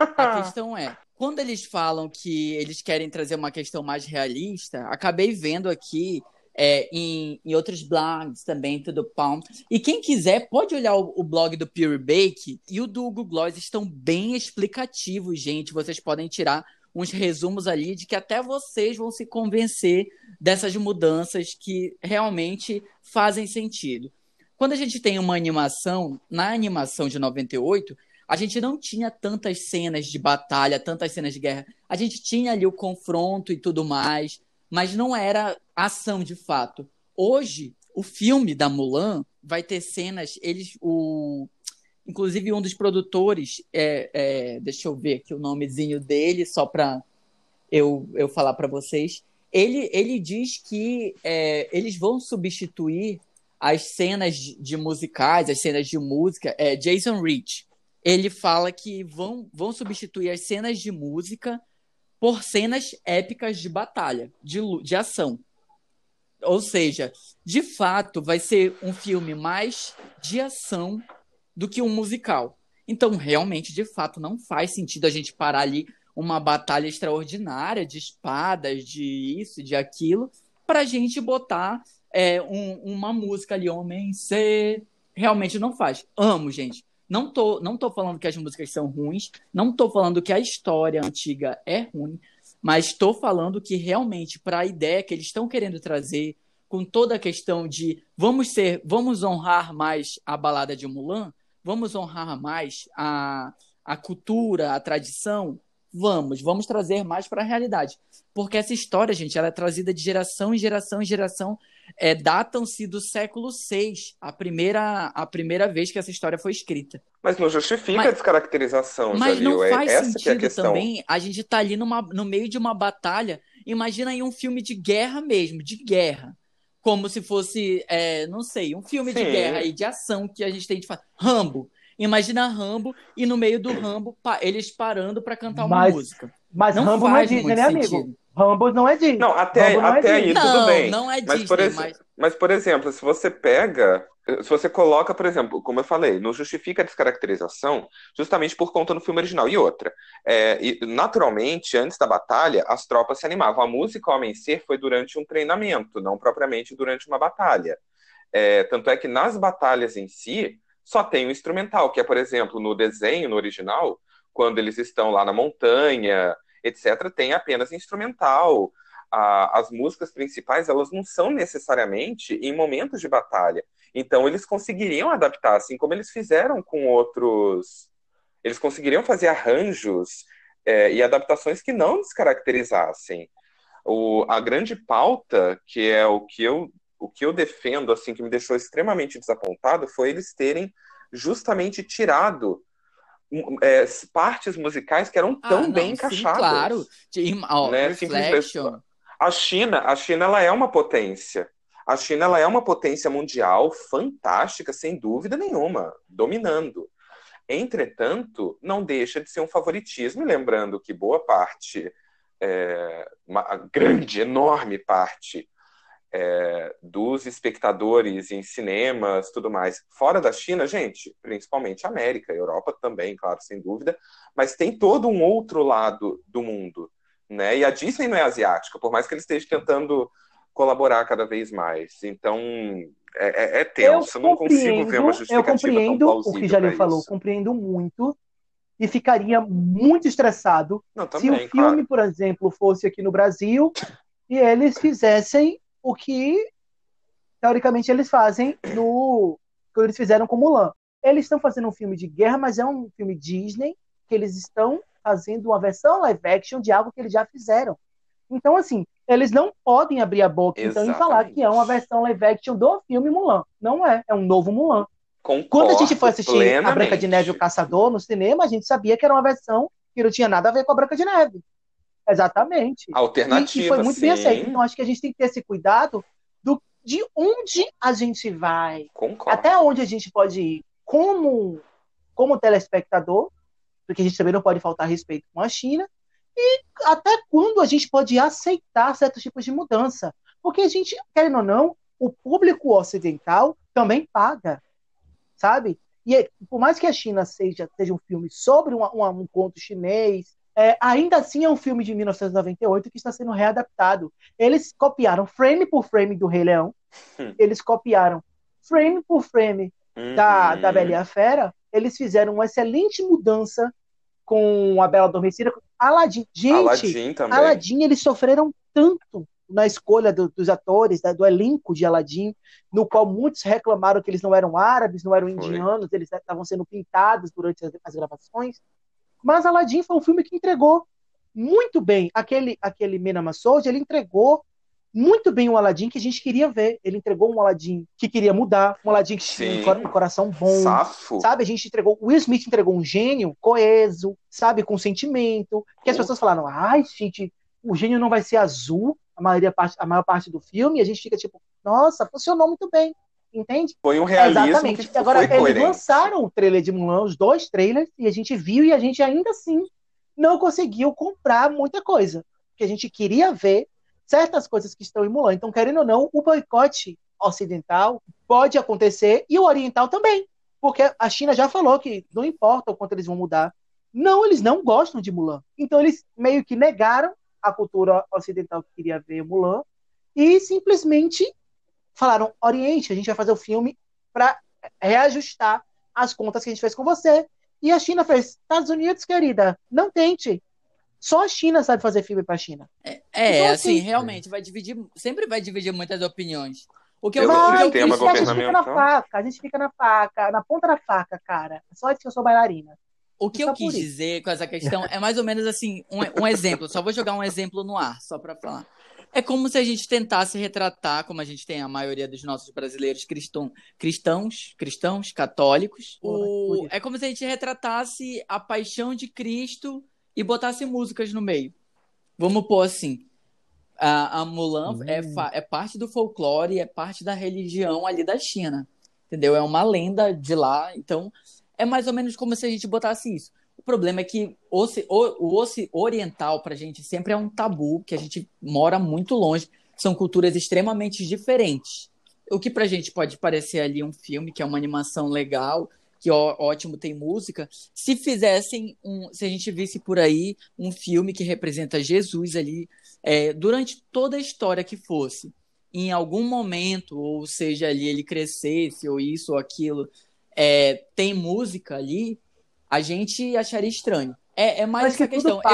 quando eles falam que eles querem trazer uma questão mais realista, acabei vendo aqui em outros blogs também, tudo pão. E quem quiser pode olhar o blog do Pure Bake e o do Hugo Gloss, estão bem explicativos, gente. Vocês podem tirar uns resumos ali de que até vocês vão se convencer dessas mudanças que realmente fazem sentido. Quando a gente tem uma animação, na animação de 98, a gente não tinha tantas cenas de batalha, tantas cenas de guerra. A gente tinha ali o confronto e tudo mais, mas não era ação de fato. Hoje, o filme da Mulan vai ter cenas, inclusive um dos produtores, deixa eu ver aqui o nomezinho dele, só para eu falar para vocês. Ele diz que eles vão substituir as cenas de musicais, as cenas de música, Jason Rich. Ele fala que vão substituir as cenas de música por cenas épicas de batalha, de ação. Ou seja, de fato, vai ser um filme mais de ação do que um musical. Então, realmente, de fato, não faz sentido a gente parar ali uma batalha extraordinária de espadas, de isso, de aquilo, para a gente botar uma música ali, Homem C. Realmente não faz. Amo, gente. Não tô falando que as músicas são ruins, não tô falando que a história antiga é ruim, mas estou falando que realmente, para a ideia que eles estão querendo trazer, com toda a questão de vamos honrar mais a balada de Mulan, vamos honrar mais a cultura, a tradição, Vamos trazer mais para a realidade. Porque essa história, gente, ela é trazida de geração em geração em geração. Datam-se do século VI, a primeira vez que essa história foi escrita. Mas não justifica a Mas, descaracterização, mas não Jalil. faz Essa que é a sentido questão. também a gente tá ali no meio de uma batalha. Imagina aí um filme de guerra mesmo, de guerra. Como se fosse, não sei, um filme de guerra Sim. e de ação que a gente tem de fazer. Rambo. Imagina Rambo e no meio do Rambo eles parando para cantar uma música. Mas Não Rambo não é faz Disney, muito né, amigo? sentido. Rambo não é Disney. Não, até aí tudo Não, bem. não é Mas, Disney, por exemplo, se você coloca, por exemplo, como eu falei, não justifica a descaracterização justamente por conta do filme original. E outra, e, naturalmente, antes da batalha, as tropas se animavam. A música Homem e Ser foi durante um treinamento, não propriamente durante uma batalha. Tanto é que nas batalhas em si, só tem o instrumental, que é, por exemplo, no desenho, no original, quando eles estão lá na montanha, etc., tem apenas instrumental. As músicas principais, elas não são necessariamente em momentos de batalha. Então, eles conseguiriam adaptar, assim como eles fizeram com outros... Eles conseguiriam fazer arranjos e adaptações que não descaracterizassem. A grande pauta, que é o que eu defendo, assim, que me deixou extremamente desapontado, foi eles terem justamente tirado partes musicais que eram tão bem Sim, encaixadas. claro. Né? Reflection. A China, ela é uma potência. A China, ela é uma potência mundial fantástica, sem dúvida nenhuma, dominando. Entretanto, não deixa de ser um favoritismo, lembrando que boa parte, uma grande, enorme parte dos espectadores em cinemas, tudo mais, fora da China, gente, principalmente América, Europa também, claro, sem dúvida, mas tem todo um outro lado do mundo, né? E a Disney não é asiática, por mais que eles estejam tentando colaborar cada vez mais. Então, é tenso. Eu não consigo ver uma justificativa tão plausível o que Jalil falou, compreendo muito, e ficaria muito estressado se o filme, por exemplo, fosse aqui no Brasil e eles fizessem o que, teoricamente, eles fazem que eles fizeram com Mulan. Eles estão fazendo um filme de guerra, mas é um filme Disney, que eles estão fazendo uma versão live action de algo que eles já fizeram. Então, assim, eles não podem abrir a boca então, e falar que é uma versão live action do filme Mulan. Não é um novo Mulan. Concordo, quando a gente foi assistir plenamente. A Branca de Neve e o Caçador no cinema, a gente sabia que era uma versão que não tinha nada a ver com a Branca de Neve. Exatamente. Alternativa, e foi muito sim. bem aceito. Então, acho que a gente tem que ter esse cuidado de onde a gente vai. Concordo. Até onde a gente pode ir como telespectador, porque a gente também não pode faltar respeito com a China, e até quando a gente pode aceitar certos tipos de mudança. Porque a gente, querendo ou não, o público ocidental também paga, sabe? E por mais que a China seja um filme sobre um conto chinês, ainda assim é um filme de 1998 que está sendo readaptado. Eles copiaram frame por frame do Rei Leão, eles copiaram frame por frame da Bela e a Fera, eles fizeram uma excelente mudança com a Bela Adormecida. Aladdin, gente, Aladdin, eles sofreram tanto na escolha dos atores, do elenco de Aladdin, no qual muitos reclamaram que eles não eram árabes, não eram indianos, eles estavam sendo pintados durante as gravações. Mas Aladdin foi um filme que entregou muito bem. Aquele Mena Massoud, ele entregou muito bem o Aladdin que a gente queria ver. Ele entregou um Aladdin que queria mudar, um Aladdin que tinha um coração bom. Safo. Sabe? O Will Smith entregou um gênio coeso, sabe? Com sentimento. Que as pessoas falaram, ai, gente, o gênio não vai ser azul a maior parte do filme. E a gente fica tipo, nossa, funcionou muito bem. Entende? Foi um realismo. Exatamente. Que agora, foi eles lançaram o trailer de Mulan, os 2 trailers, e a gente viu e a gente ainda assim não conseguiu comprar muita coisa. Porque a gente queria ver certas coisas que estão em Mulan. Então, querendo ou não, o boicote ocidental pode acontecer e o oriental também. Porque a China já falou que não importa o quanto eles vão mudar. Não, eles não gostam de Mulan. Então, eles meio que negaram a cultura ocidental que queria ver Mulan e simplesmente falaram, Oriente, a gente vai fazer o filme para reajustar as contas que a gente fez com você. E a China fez, Estados Unidos, querida, não tente. Só a China sabe fazer filme pra China. Então, assim, realmente, sempre vai dividir muitas opiniões. O que a gente fica na faca, na ponta da faca, cara. Só isso que eu sou bailarina. O que eu quis dizer com essa questão é mais ou menos assim, um exemplo. Só vou jogar um exemplo no ar, só para falar. É como se a gente tentasse retratar, como a gente tem a maioria dos nossos brasileiros cristãos, católicos. É como se a gente retratasse a paixão de Cristo e botasse músicas no meio. Vamos pôr assim. A Mulan é parte do folclore, é parte da religião ali da China. Entendeu? É uma lenda de lá. Então, é mais ou menos como se a gente botasse isso. O problema é que o oriental pra gente sempre é um tabu, que a gente mora muito longe. São culturas extremamente diferentes. O que pra gente pode parecer ali um filme, que é uma animação legal, que ótimo, tem música. Se a gente visse por aí um filme que representa Jesus ali, durante toda a história que fosse, em algum momento, ou seja, ali ele crescesse, ou isso ou aquilo, tem música ali, a gente acharia estranho. É mais essa questão.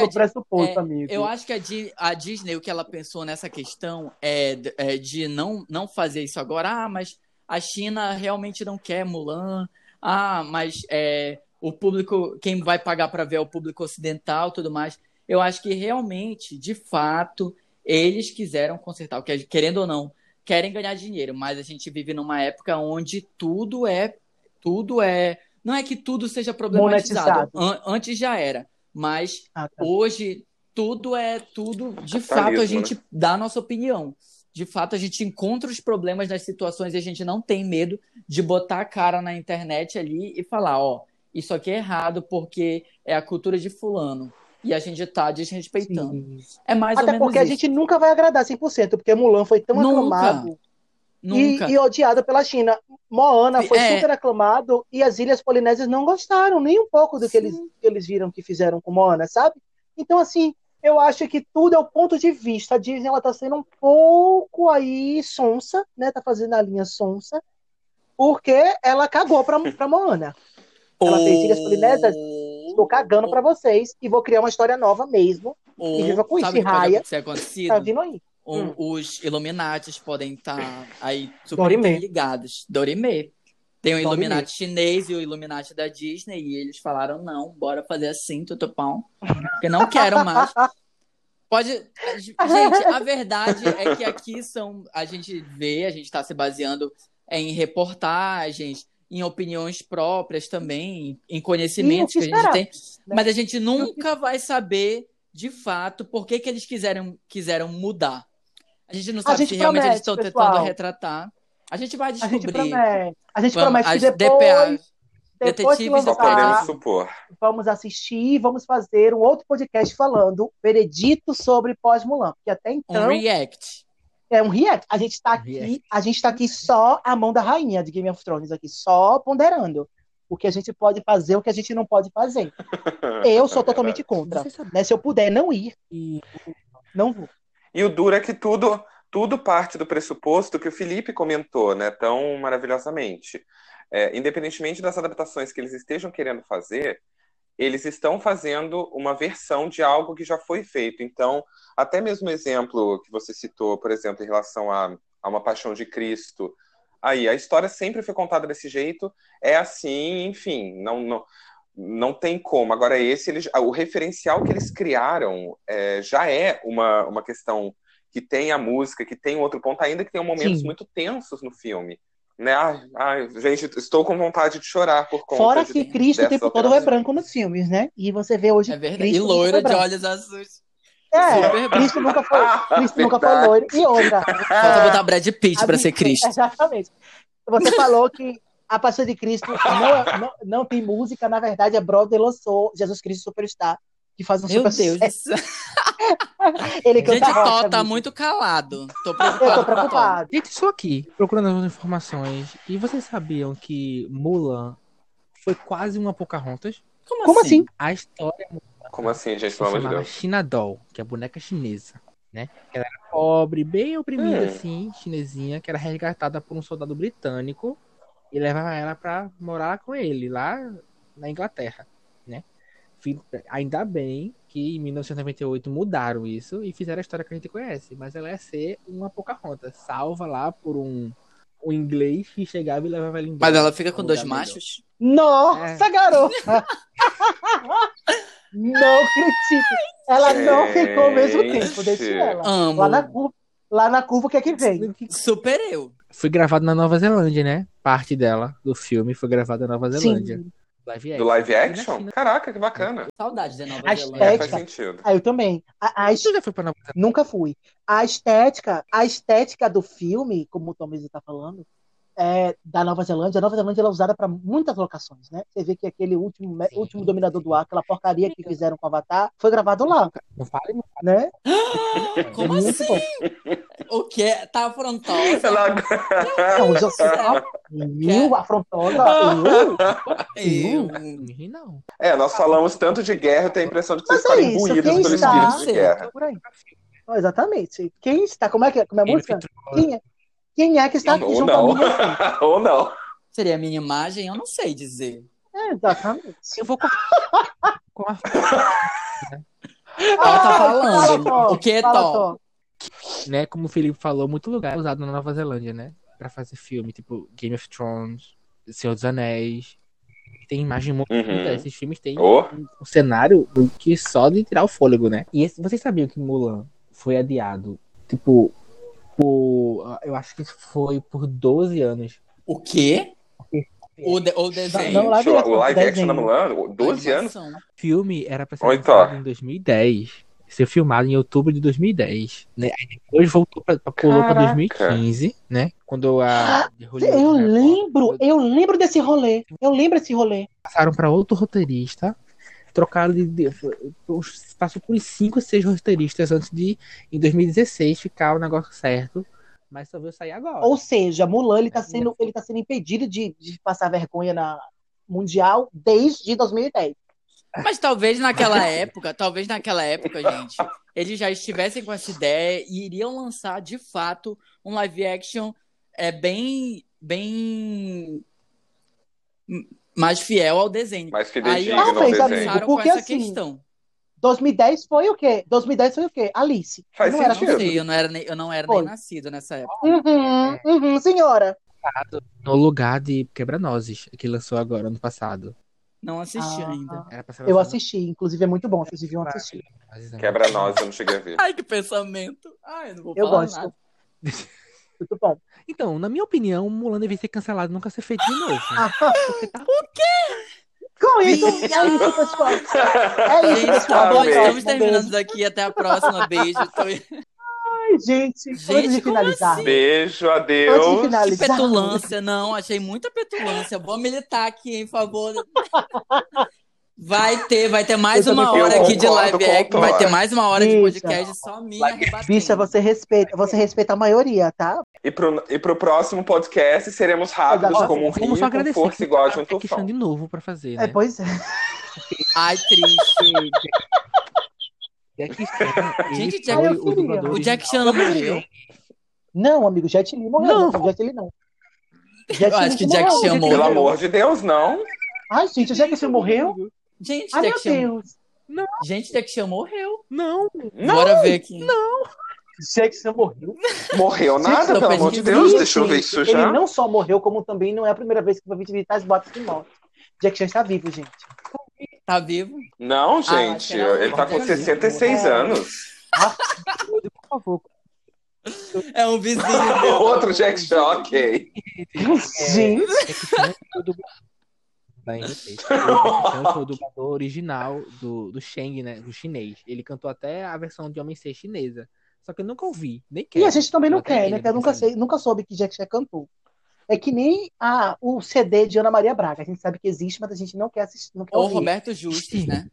Eu acho que a Disney, o que ela pensou nessa questão é de não fazer isso agora. Mas a China realmente não quer Mulan. Mas o público, quem vai pagar para ver é o público ocidental, tudo mais. Eu acho que realmente, de fato, eles quiseram consertar, querendo ou não, querem ganhar dinheiro, mas a gente vive numa época onde tudo é. Não é que tudo seja problematizado. Antes já era. Mas hoje tudo é tudo. De fato, a gente dá a nossa opinião. De fato, a gente encontra os problemas nas situações e a gente não tem medo de botar a cara na internet ali e falar, isso aqui é errado porque é a cultura de fulano. E a gente tá desrespeitando. Sim. É mais ou menos isso. Até porque a gente nunca vai agradar 100%, porque Mulan foi tão aclamado e odiado pela China. Moana foi super aclamado e as Ilhas Polinésias não gostaram nem um pouco do que eles viram que fizeram com Moana, sabe? Então, assim, eu acho que tudo é o ponto de vista. A Disney, ela tá sendo um pouco aí sonsa, né? Tá fazendo a linha sonsa, porque ela cagou pra Moana. Ela fez Ilhas Polinésias, estou cagando pra vocês e vou criar uma história nova mesmo. E viva com isso, Raya. Tá vindo aí. Os Illuminatis podem estar aí super interligados. Dorime. Tem o Illuminati chinês e o Illuminati da Disney, e eles falaram, não, bora fazer assim, tutupão, porque não quero mais. Gente, a verdade é que aqui a gente está se baseando em reportagens, em opiniões próprias também, em conhecimentos que a gente tem, mas a gente nunca vai saber, de fato, por que eles quiseram mudar. A gente não sabe se realmente eles estão tentando retratar. A gente vai descobrir. A gente promete que depois que lançar, supor. Vamos assistir e vamos fazer um outro podcast falando veredito sobre pós-Mulan. Porque até então... Um react. É um react. A gente tá aqui só a mão da rainha de Game of Thrones, aqui, só ponderando o que a gente pode fazer, o que a gente não pode fazer. Eu sou totalmente contra. Né? Se eu puder não ir, não vou. E o duro é que tudo parte do pressuposto que o Felipe comentou, né, tão maravilhosamente. Independentemente das adaptações que eles estejam querendo fazer, eles estão fazendo uma versão de algo que já foi feito. Então, até mesmo o exemplo que você citou, por exemplo, em relação a uma Paixão de Cristo, aí a história sempre foi contada desse jeito, é assim, enfim, não tem como. Agora, o referencial que eles criaram já é uma questão que tem a música, que tem outro ponto, ainda que tenham momentos muito tensos no filme. Né? Gente, estou com vontade de chorar por conta Fora que Cristo o tempo todo é branco nos filmes, né? E você vê hoje Cristo e loiro de olhos azuis. Cristo nunca foi loiro. E outra. Falta botar Brad Pitt para ser Cristo. Exatamente. Você falou que a Paixão de Cristo não tem música, na verdade, a Broadway lançou Jesus Cristo Superstar, que faz um Meu super Deus do céu. Gente, Tó tá muito calado. Tô preocupado. Eu tô preocupado. Gente, estou aqui procurando as informações. E vocês sabiam que Mulan foi quase uma Pocahontas? Como assim? A história... Como assim, gente? Se Pelo amor de chamava Deus. China Doll, que é a boneca chinesa, né? Ela era pobre, bem oprimida, assim, chinesinha, que era resgatada por um soldado britânico e levava ela pra morar com ele, lá na Inglaterra, né? Ainda bem que em 1998 mudaram isso e fizeram a história que a gente conhece, mas ela ia ser uma Pocahontas, salva lá por um inglês que chegava e levava ela embora. Mas ela fica com dois machos? Nossa, garota! Não critique. Ela não ficou ao mesmo tempo, deixa Gente. ela. Amo. Lá na curva, o que é que vem? Super eu. Foi gravado na Nova Zelândia, né? Parte dela, do filme, foi gravada na Nova Zelândia. Sim. Live Do live E na action? China. Caraca, que bacana. Saudade da Nova A Zelândia. Faz estética. sentido. Eu também. Tu já foi pra Nova Zelândia? Nunca fui. A estética do filme, como o Tomás está falando, da Nova Zelândia. A Nova Zelândia ela é usada para muitas locações, né? Você vê que aquele último Dominador do Ar, aquela porcaria que fizeram com o Avatar, foi gravado lá, Não fale, não. né? Como Muito assim? bom. O quê? Tá afrontosa? Não, eu, afrontosa, Eu. Não ri, não. Nós falamos tanto de guerra, eu tenho a impressão de que vocês Mas é ficaram isso, imbuídos quem pelo está- espírito de guerra. por aí. Não, exatamente. Quem está? Como é a Game of música? Thrones. Quem é que está aqui Ou junto a não. mim? Você? Ou não. Seria a minha imagem? Eu não sei dizer. Exatamente. Eu vou com a Ela tá falando. Fala, O que é fala, Thor? né? Como o Felipe falou, muito lugar usado na Nova Zelândia, né? Pra fazer filme, tipo Game of Thrones, Senhor dos Anéis. Tem imagem muito bonita. Esses filmes têm Oh. um cenário que só de tirar o fôlego, né? E vocês sabiam que Mulan foi adiado, tipo, eu acho que foi por 12 anos. O quê? O desenho. Não, live action, O live action desenho. da Mulan, 12 anos. Animação. O filme era pra ser Oi, lançado Thor. em 2010. Ser filmado em outubro de 2010, né? Aí depois voltou pulou pra Caraca. 2015, né? Quando a Eu lembro desse rolê. Passaram pra outro roteirista, trocaram passou por 5 ou 6 roteiristas antes de, em 2016, ficar o negócio certo, mas só veio sair agora. Ou seja, Mulan ele tá sendo impedido de passar vergonha na Mundial desde 2010. Mas talvez naquela época, gente, eles já estivessem com essa ideia e iriam lançar, de fato, um live action bem mais fiel ao desenho. Mais Aí fidedigno eles ao Talvez, desenho. começaram porque com essa assim, questão. 2010 foi o quê? Alice. Faz Eu não era sentido. Não sei, eu não era nem Foi. nascido nessa época. Senhora. No lugar de Quebra-Nozes, que lançou agora, ano passado. Não assisti ainda. Era pra ser Eu lançado assisti, inclusive é muito bom, vocês deviam assistir. Quebra-nós, eu não cheguei a ver. Ai, que pensamento. Ai, eu não vou Eu falar gosto. nada. Muito bom. Então, na minha opinião, Mulan devia ser cancelado e nunca ser feito de novo. Com isso, é isso, pessoal. É isso, Gente, pessoal. tá bom, Até a estamos próxima. terminando aqui. Até a próxima. Beijo. Ai, gente, antes de Gente, como finalizar. assim? Beijo, Antes de adeus. Que finalizar. petulância, não, achei muita petulância. Vou militar aqui em favor. Vai ter mais Eu uma também hora aqui de concordo live com o action. Vai ter Thor. mais uma hora de Bicha. podcast só minha rebatendo. Bicha, você respeita a maioria, tá? E pro próximo podcast seremos rápidos Exato. como um Vamos rio, só com agradecer. força igual a de um Jack Chan tufão. de novo pra fazer, É, né? pois é. Ai, triste. Jack Chan, Gente, ele Jack- foi eu o queria. dublador O Jack original. Chan não morreu? Não, amigo, Jet Li morreu. Não. Não, Jet Li não. Eu acho que Jack Chan Pelo morreu. amor de Deus, não. Ai, gente, o Jack Chan morreu? Gente, Ai, meu Jack Chan... Deus. Gente, Jack Chan morreu. Não, Bora ver aqui. Jack Chan morreu. Morreu Gente, nada, tô pelo amor de pesquisando. Deus. Deixa eu ver isso Ele já. não só morreu, como também não é a primeira vez que vai visitar as botas de morte. Jack Chan está vivo, gente. Tá vivo? Não, acho gente. que era Ele tá com outra 66 É. anos. por favor. É um vizinho meu. Outro Jack Chan, ok. Gente, Jack Chan foi o dublador. Vai, repete. O Jack Chan foi o dublador original do Shang, né? Do chinês. Ele cantou até a versão de Homem Ser chinesa. Só que eu nunca ouvi, nem e quero. a gente também não Eu até quer, né? queria Que eu ver nunca soube que Jack Chan cantou. É que nem o CD de Ana Maria Braga. A gente sabe que existe, mas a gente não quer assistir, não quer Ou ouvir. Roberto Justus, né?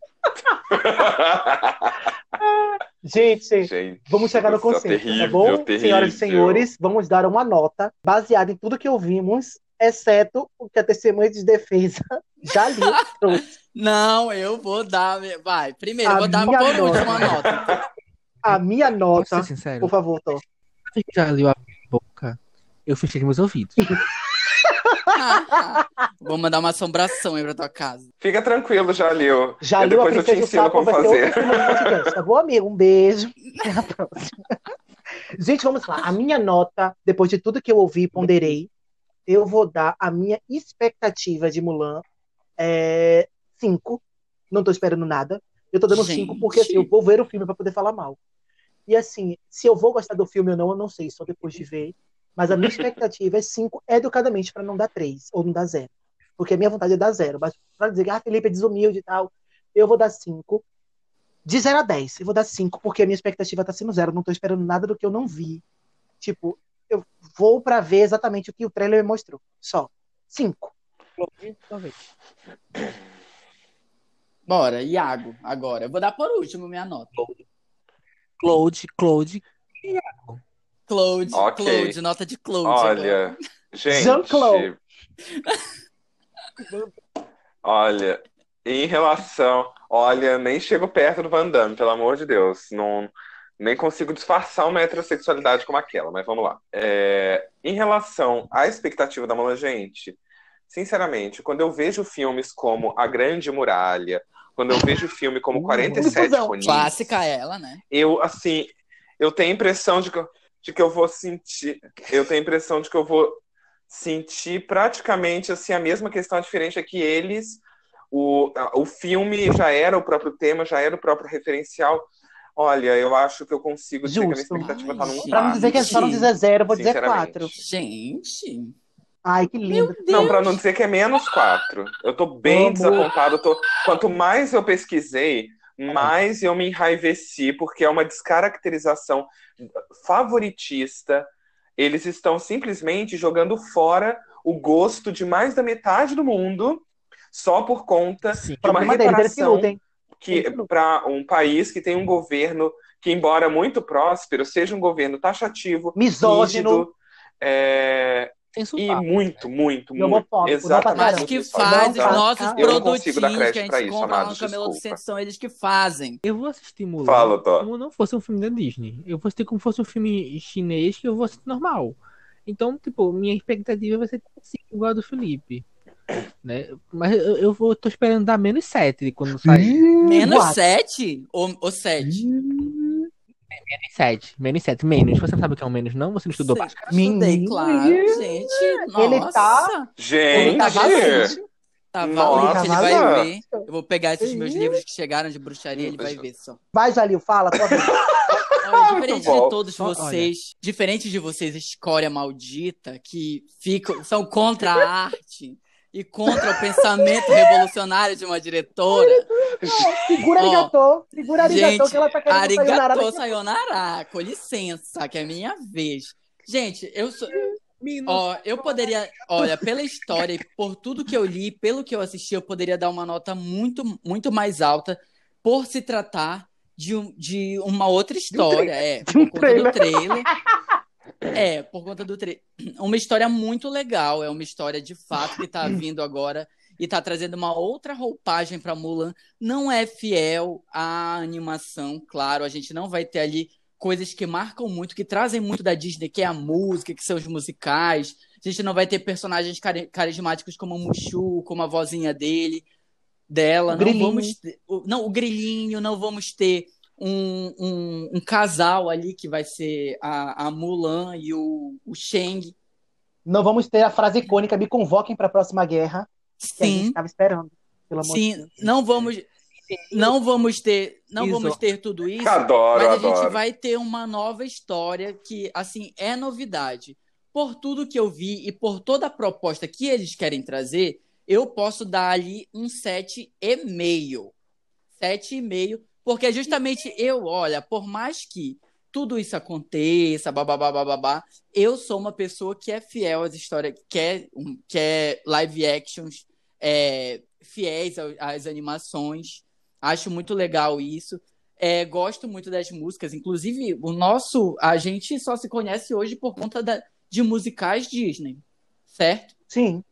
Gente, Gente, vamos chegar no do céu, consenso, tá terrível, bom? terrível. Senhoras e senhores, vamos dar uma nota baseada em tudo que ouvimos, exceto o que a testemunha de defesa já lhe trouxe. Não, eu vou dar. Vai, primeiro, A eu vou dar minha por nota. último a nota. A minha Posso nota, ser sincero? por favor, Thor. Você que já leu a boca, eu fechei meus ouvidos. Vou mandar uma assombração aí pra tua casa. Fica tranquilo, já leu. Já E leu a depois eu te Princesa do ensino Sapo, como vai ter fazer. outro tema de podcast. Tá bom, amigo? Um beijo. Até a próxima. Gente, vamos lá. A minha nota, depois de tudo que eu ouvi e ponderei, eu vou dar a minha expectativa de Mulan 5. Não tô esperando nada. Eu tô dando 5 porque assim, eu Gente. vou ver o filme pra poder falar mal. E assim, se eu vou gostar do filme ou não, eu não sei, só depois de ver. Mas a minha expectativa é 5 educadamente pra não dar 3 ou não dar 0. Porque a minha vontade é dar 0. Mas pra dizer que Felipe é desumilde e tal, eu vou dar 5. De 0 a 10, eu vou dar 5, porque a minha expectativa tá sendo 0. Eu não tô esperando nada do que eu não vi. Tipo, eu vou pra ver exatamente o que o trailer me mostrou. Só. 5. Chloe, sua vez. Bora, Iago, agora. Eu vou dar por último minha nota. Claude. Claude, Ok. nota de Claude agora. Olha, gente, Jean-Claude. olha, em relação. Olha, nem chego perto do Van Damme, pelo amor de Deus. Não, nem consigo disfarçar uma heterossexualidade como aquela, mas vamos lá. Em relação à expectativa da Mola, gente, sinceramente, quando eu vejo filmes como A Grande Muralha, quando eu vejo filme como 47 Confusão. Ronin, Clássica ela, né? eu, assim, eu tenho a impressão de que eu vou sentir. Eu tenho a impressão de que eu vou sentir praticamente assim, a mesma questão. Diferente é que eles. O filme já era o próprio tema, já era o próprio referencial. Olha, eu acho que eu consigo dizer que a minha Justo. expectativa Ai, tá num Pra não dizer que é gente. só não dizer 0, eu vou dizer sinceramente. 4. Gente. Ai, que lindo. Não, pra Deus. não dizer que é menos 4. Eu tô bem Amo. desapontado. Quanto mais eu pesquisei, mais eu me enraiveci, porque é uma descaracterização favoritista. Eles estão simplesmente jogando fora o gosto de mais da metade do mundo só por conta Sim. de uma Problema deles, eles que reparação lutem. para um país que tem um governo que, embora muito próspero, seja um governo taxativo, Misógino. rígido, Tem e sotaque. muito, muito, E muito. homofóbico, não pra Exatamente. Mas caramba. muito que misógino. faz os Então, nossos eu não consigo dar produtinhos que a crédito pra gente isso, compra lá no amados, Camelô do desculpa. Centro, são eles que fazem. Eu vou assistir Mulan Fala, Tó. como não fosse um filme da Disney. Eu vou assistir como fosse um filme chinês que eu vou assistir normal. Então, tipo, minha expectativa vai ser assim, igual a do Felipe. Né? Mas tô esperando dar menos 7 quando sair. Menos What? 7 ou 7? Menos 7. Menos. Você não sabe o que é um menos, não? Você não estudou Sei, básica? estudei, Menino. claro, gente. Ele tá. Nossa. Ele tá Gente! valente. Tá Nossa. valente, ele vai Nossa. ver. Eu vou pegar esses meus livros que chegaram de bruxaria, ele vai ver só. Vai, Jalil, fala, tua vez. Olha, Muito diferente bom. de todos vocês, diferente de vocês, escória maldita, que são contra a arte e contra o pensamento revolucionário de uma diretora. Segura arigatô. Segura arigatô Gente, que ela tá querendo sair na arigatô, sayonara, com licença, que é minha vez. Gente, eu poderia, olha, pela história e por tudo que eu li, pelo que eu assisti, eu poderia dar uma nota muito, muito mais alta por se tratar de uma outra história, por conta do trailer. Por conta do trailer. Uma história muito legal, é uma história de fato que tá vindo agora e tá trazendo uma outra roupagem para Mulan. Não é fiel à animação, claro, a gente não vai ter ali coisas que marcam muito, que trazem muito da Disney, que é a música, que são os musicais. A gente não vai ter personagens carismáticos como o Mushu, como a vozinha dela. Não vamos ter, o Grilinho, não vamos ter um casal ali que vai ser a Mulan e o Shang. Não vamos ter a frase icônica, me convoquem pra próxima guerra, que a gente Sim, tava esperando. Pelo amor de sim, Deus. não vamos ter tudo isso, Adoro, mas a gente adoro. vai ter uma nova história que, assim, é novidade. Por tudo que eu vi e por toda a proposta que eles querem trazer, eu posso dar ali um 7,5. 7,5, porque justamente olha, por mais que tudo isso aconteça, babá, eu sou uma pessoa que é fiel às histórias, que é live actions, fiéis às animações. Acho muito legal isso. Gosto muito das músicas. Inclusive, a gente só se conhece hoje por conta de musicais Disney, certo? Sim.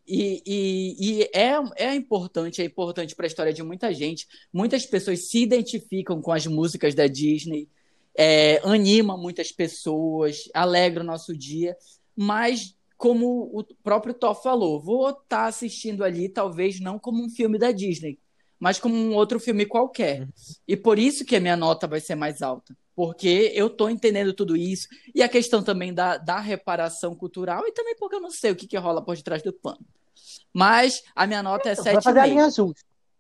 E é importante para a história de muita gente. Muitas pessoas se identificam com as músicas da Disney, anima muitas pessoas, alegra o nosso dia, mas como o próprio Tó falou, vou estar assistindo ali, talvez não como um filme da Disney, mas como um outro filme qualquer. E por isso que a minha nota vai ser mais alta, porque eu estou entendendo tudo isso, e a questão também da reparação cultural, e também porque eu não sei o que rola por detrás do pano. Mas a minha nota é Vai fazer a linha 7,5. justa.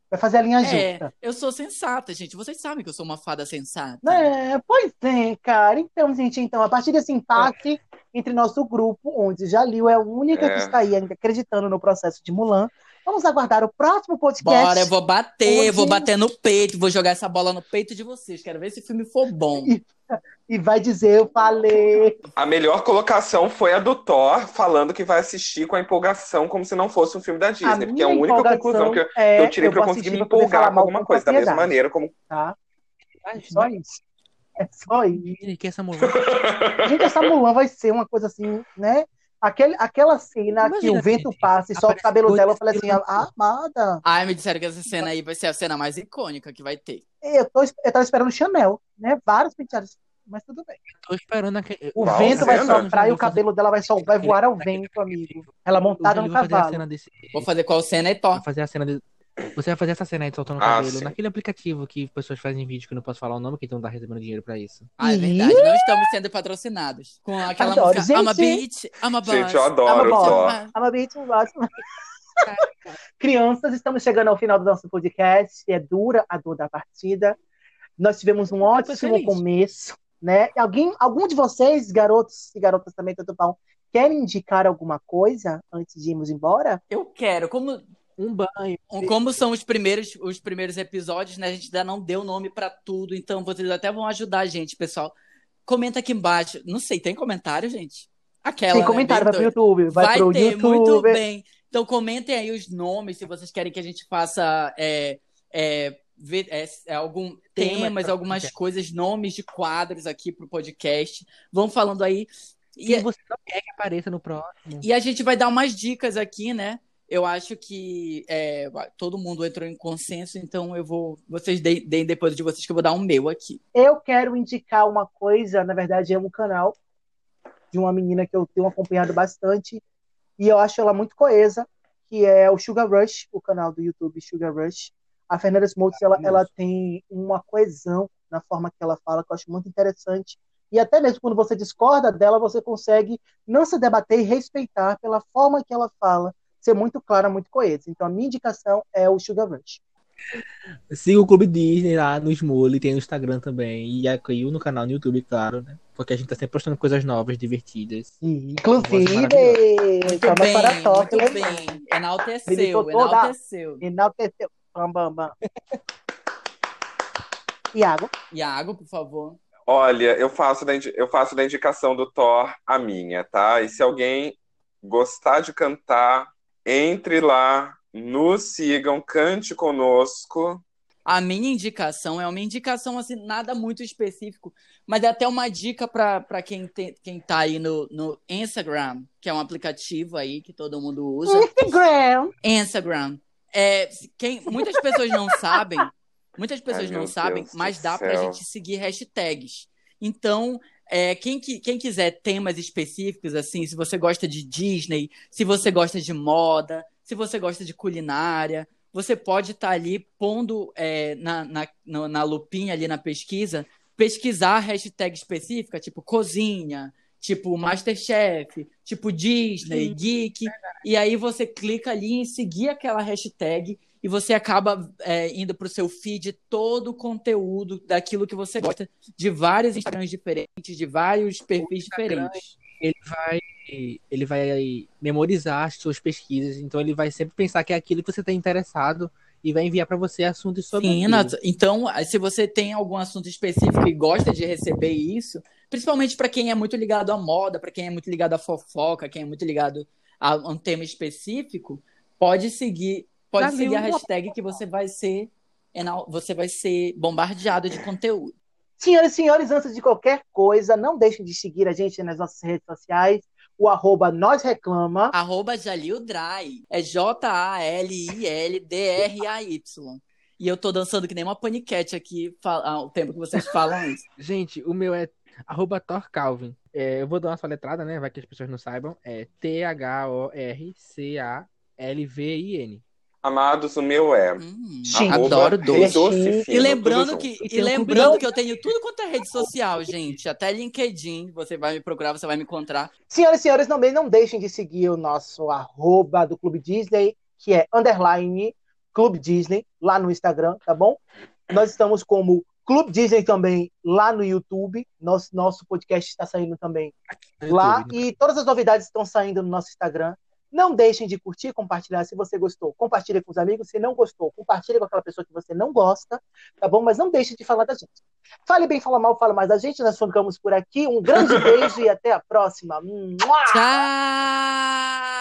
Vai fazer a linha justa. Eu sou sensata, gente. Vocês sabem que eu sou uma fada sensata. Pois é, cara. Então, gente, a partir desse empate entre nosso grupo, onde Jalil é a única que está aí ainda acreditando no processo de Mulan, vamos aguardar o próximo podcast. Bora, eu vou bater no peito, vou jogar essa bola no peito de vocês. Quero ver se o filme for bom. E vai dizer, eu falei. A melhor colocação foi a do Thor, falando que vai assistir com a empolgação, como se não fosse um filme da Disney. Porque é a única conclusão que eu tirei pra eu conseguir me empolgar com alguma coisa. Da mesma maneira como... Tá? É só isso. É só isso. Que essa Mulan. Gente, essa Mulan vai ser uma coisa assim, né? Aquela cena Imagina, que o vento gente, passa e solta o cabelo dela, eu falei assim, amada. Ai, me disseram que essa cena aí vai ser a cena mais icônica que vai ter. Eu tava esperando Chanel, né? Vários penteados, mas tudo bem. Tô esperando aquele... O vento vai soprar e o cabelo dela vai voar ao vento, amigo. Ela montada no cavalo. Vou fazer qual cena, Thor? Vou fazer a cena de... Você vai fazer essa cena aí de soltando o cabelo naquele aplicativo que pessoas fazem vídeo que eu não posso falar o nome, que então tá recebendo dinheiro pra isso. Ah, é verdade. Não estamos sendo patrocinados. Com aquela música gente, I'm a bitch, I'm a boss. Gente, eu adoro o Thor. I'm a bitch, I'm a boss. Crianças, estamos chegando ao final do nosso podcast. É dura a dor da partida. Nós tivemos um ótimo começo, né? Algum de vocês, garotos e garotas também, tudo bom, querem indicar alguma coisa antes de irmos embora? Eu quero. Um banho. Como são os primeiros episódios, né? A gente ainda não deu nome pra tudo, então vocês até vão ajudar a gente, pessoal. Comenta aqui embaixo. Não sei, tem comentário, gente? Tem comentário, vai pro YouTube. Vai pro ter, YouTube. Muito bem. Então comentem aí os nomes, se vocês querem que a gente faça algum temas, algumas coisas, nomes de quadros aqui pro podcast. Vão falando aí. E você não quer que apareça no próximo. E a gente vai dar umas dicas aqui, né? Eu acho que todo mundo entrou em consenso, então vocês deem depois de vocês que eu vou dar um meu aqui. Eu quero indicar uma coisa, na verdade é um canal de uma menina que eu tenho acompanhado bastante e eu acho ela muito coesa, que é o Sugar Rush, o canal do YouTube Sugar Rush. A Fernanda Smoltz, ela tem uma coesão na forma que ela fala, que eu acho muito interessante. E até mesmo quando você discorda dela, você consegue não se debater e respeitar pela forma que ela fala, ser muito clara, muito coesa. Então a minha indicação é o Sugar Rush. Siga o Clube Disney lá no Smole, tem no Instagram também, e aqui no canal no YouTube, claro, né? Porque a gente tá sempre postando coisas novas, divertidas. Inclusive, muito bem. Enalteceu. Bam, bam, bam. Iago, por favor. Olha, eu faço da indicação do Thor a minha, tá? E se alguém gostar de cantar, entre lá, nos sigam, cante conosco. A minha indicação é uma indicação, assim, nada muito específico, mas é até uma dica para quem tá aí no Instagram, que é um aplicativo aí que todo mundo usa. Instagram. Muitas pessoas não sabem, mas dá pra gente seguir hashtags. Então, quem quiser temas específicos, assim, se você gosta de Disney, se você gosta de moda, se você gosta de culinária, você pode estar ali pondo na lupinha ali na pesquisar hashtag específica, tipo cozinha, tipo Masterchef, tipo Disney, Geek, e aí você clica ali em seguir aquela hashtag e você acaba indo para o seu feed todo o conteúdo daquilo que você gosta, de vários Instagrams diferentes, de vários perfis diferentes. Ele vai memorizar as suas pesquisas, então ele vai sempre pensar que é aquilo que você está interessado e vai enviar para você assuntos sobre aquilo. Então, se você tem algum assunto específico e gosta de receber isso, principalmente para quem é muito ligado à moda, para quem é muito ligado à fofoca, quem é muito ligado a um tema específico, pode seguir a hashtag que você vai ser bombardeado de conteúdo. Senhoras e senhores, antes de qualquer coisa, não deixem de seguir a gente nas nossas redes sociais. O @NosReclama. @JalilDray. É JALILDRAY. E eu tô dançando que nem uma paniquete aqui ao tempo que vocês falam isso. Gente, o meu é @ThorCalvin. Eu vou dar uma soletrada, né? Vai que as pessoas não saibam. É THORCALVIN. Amados, o meu é. Adoro doce. E lembrando que eu tenho tudo quanto é rede social, gente. Até LinkedIn, você vai me procurar, você vai me encontrar. Senhoras e senhores, também não deixem de seguir o nosso @ do Clube Disney, que é _ Clube Disney. lá no Instagram, tá bom? Nós estamos como Clube Disney também lá no YouTube. Nosso podcast está saindo também No lá. YouTube, E todas as novidades estão saindo no nosso Instagram. Não deixem de curtir, compartilhar. Se você gostou, compartilhe com os amigos. Se não gostou, compartilhe com aquela pessoa que você não gosta, tá bom? Mas não deixe de falar da gente. Fale bem, fala mal, fala mais da gente. Nós ficamos por aqui. Um grande beijo e até a próxima. Mua! Tchau!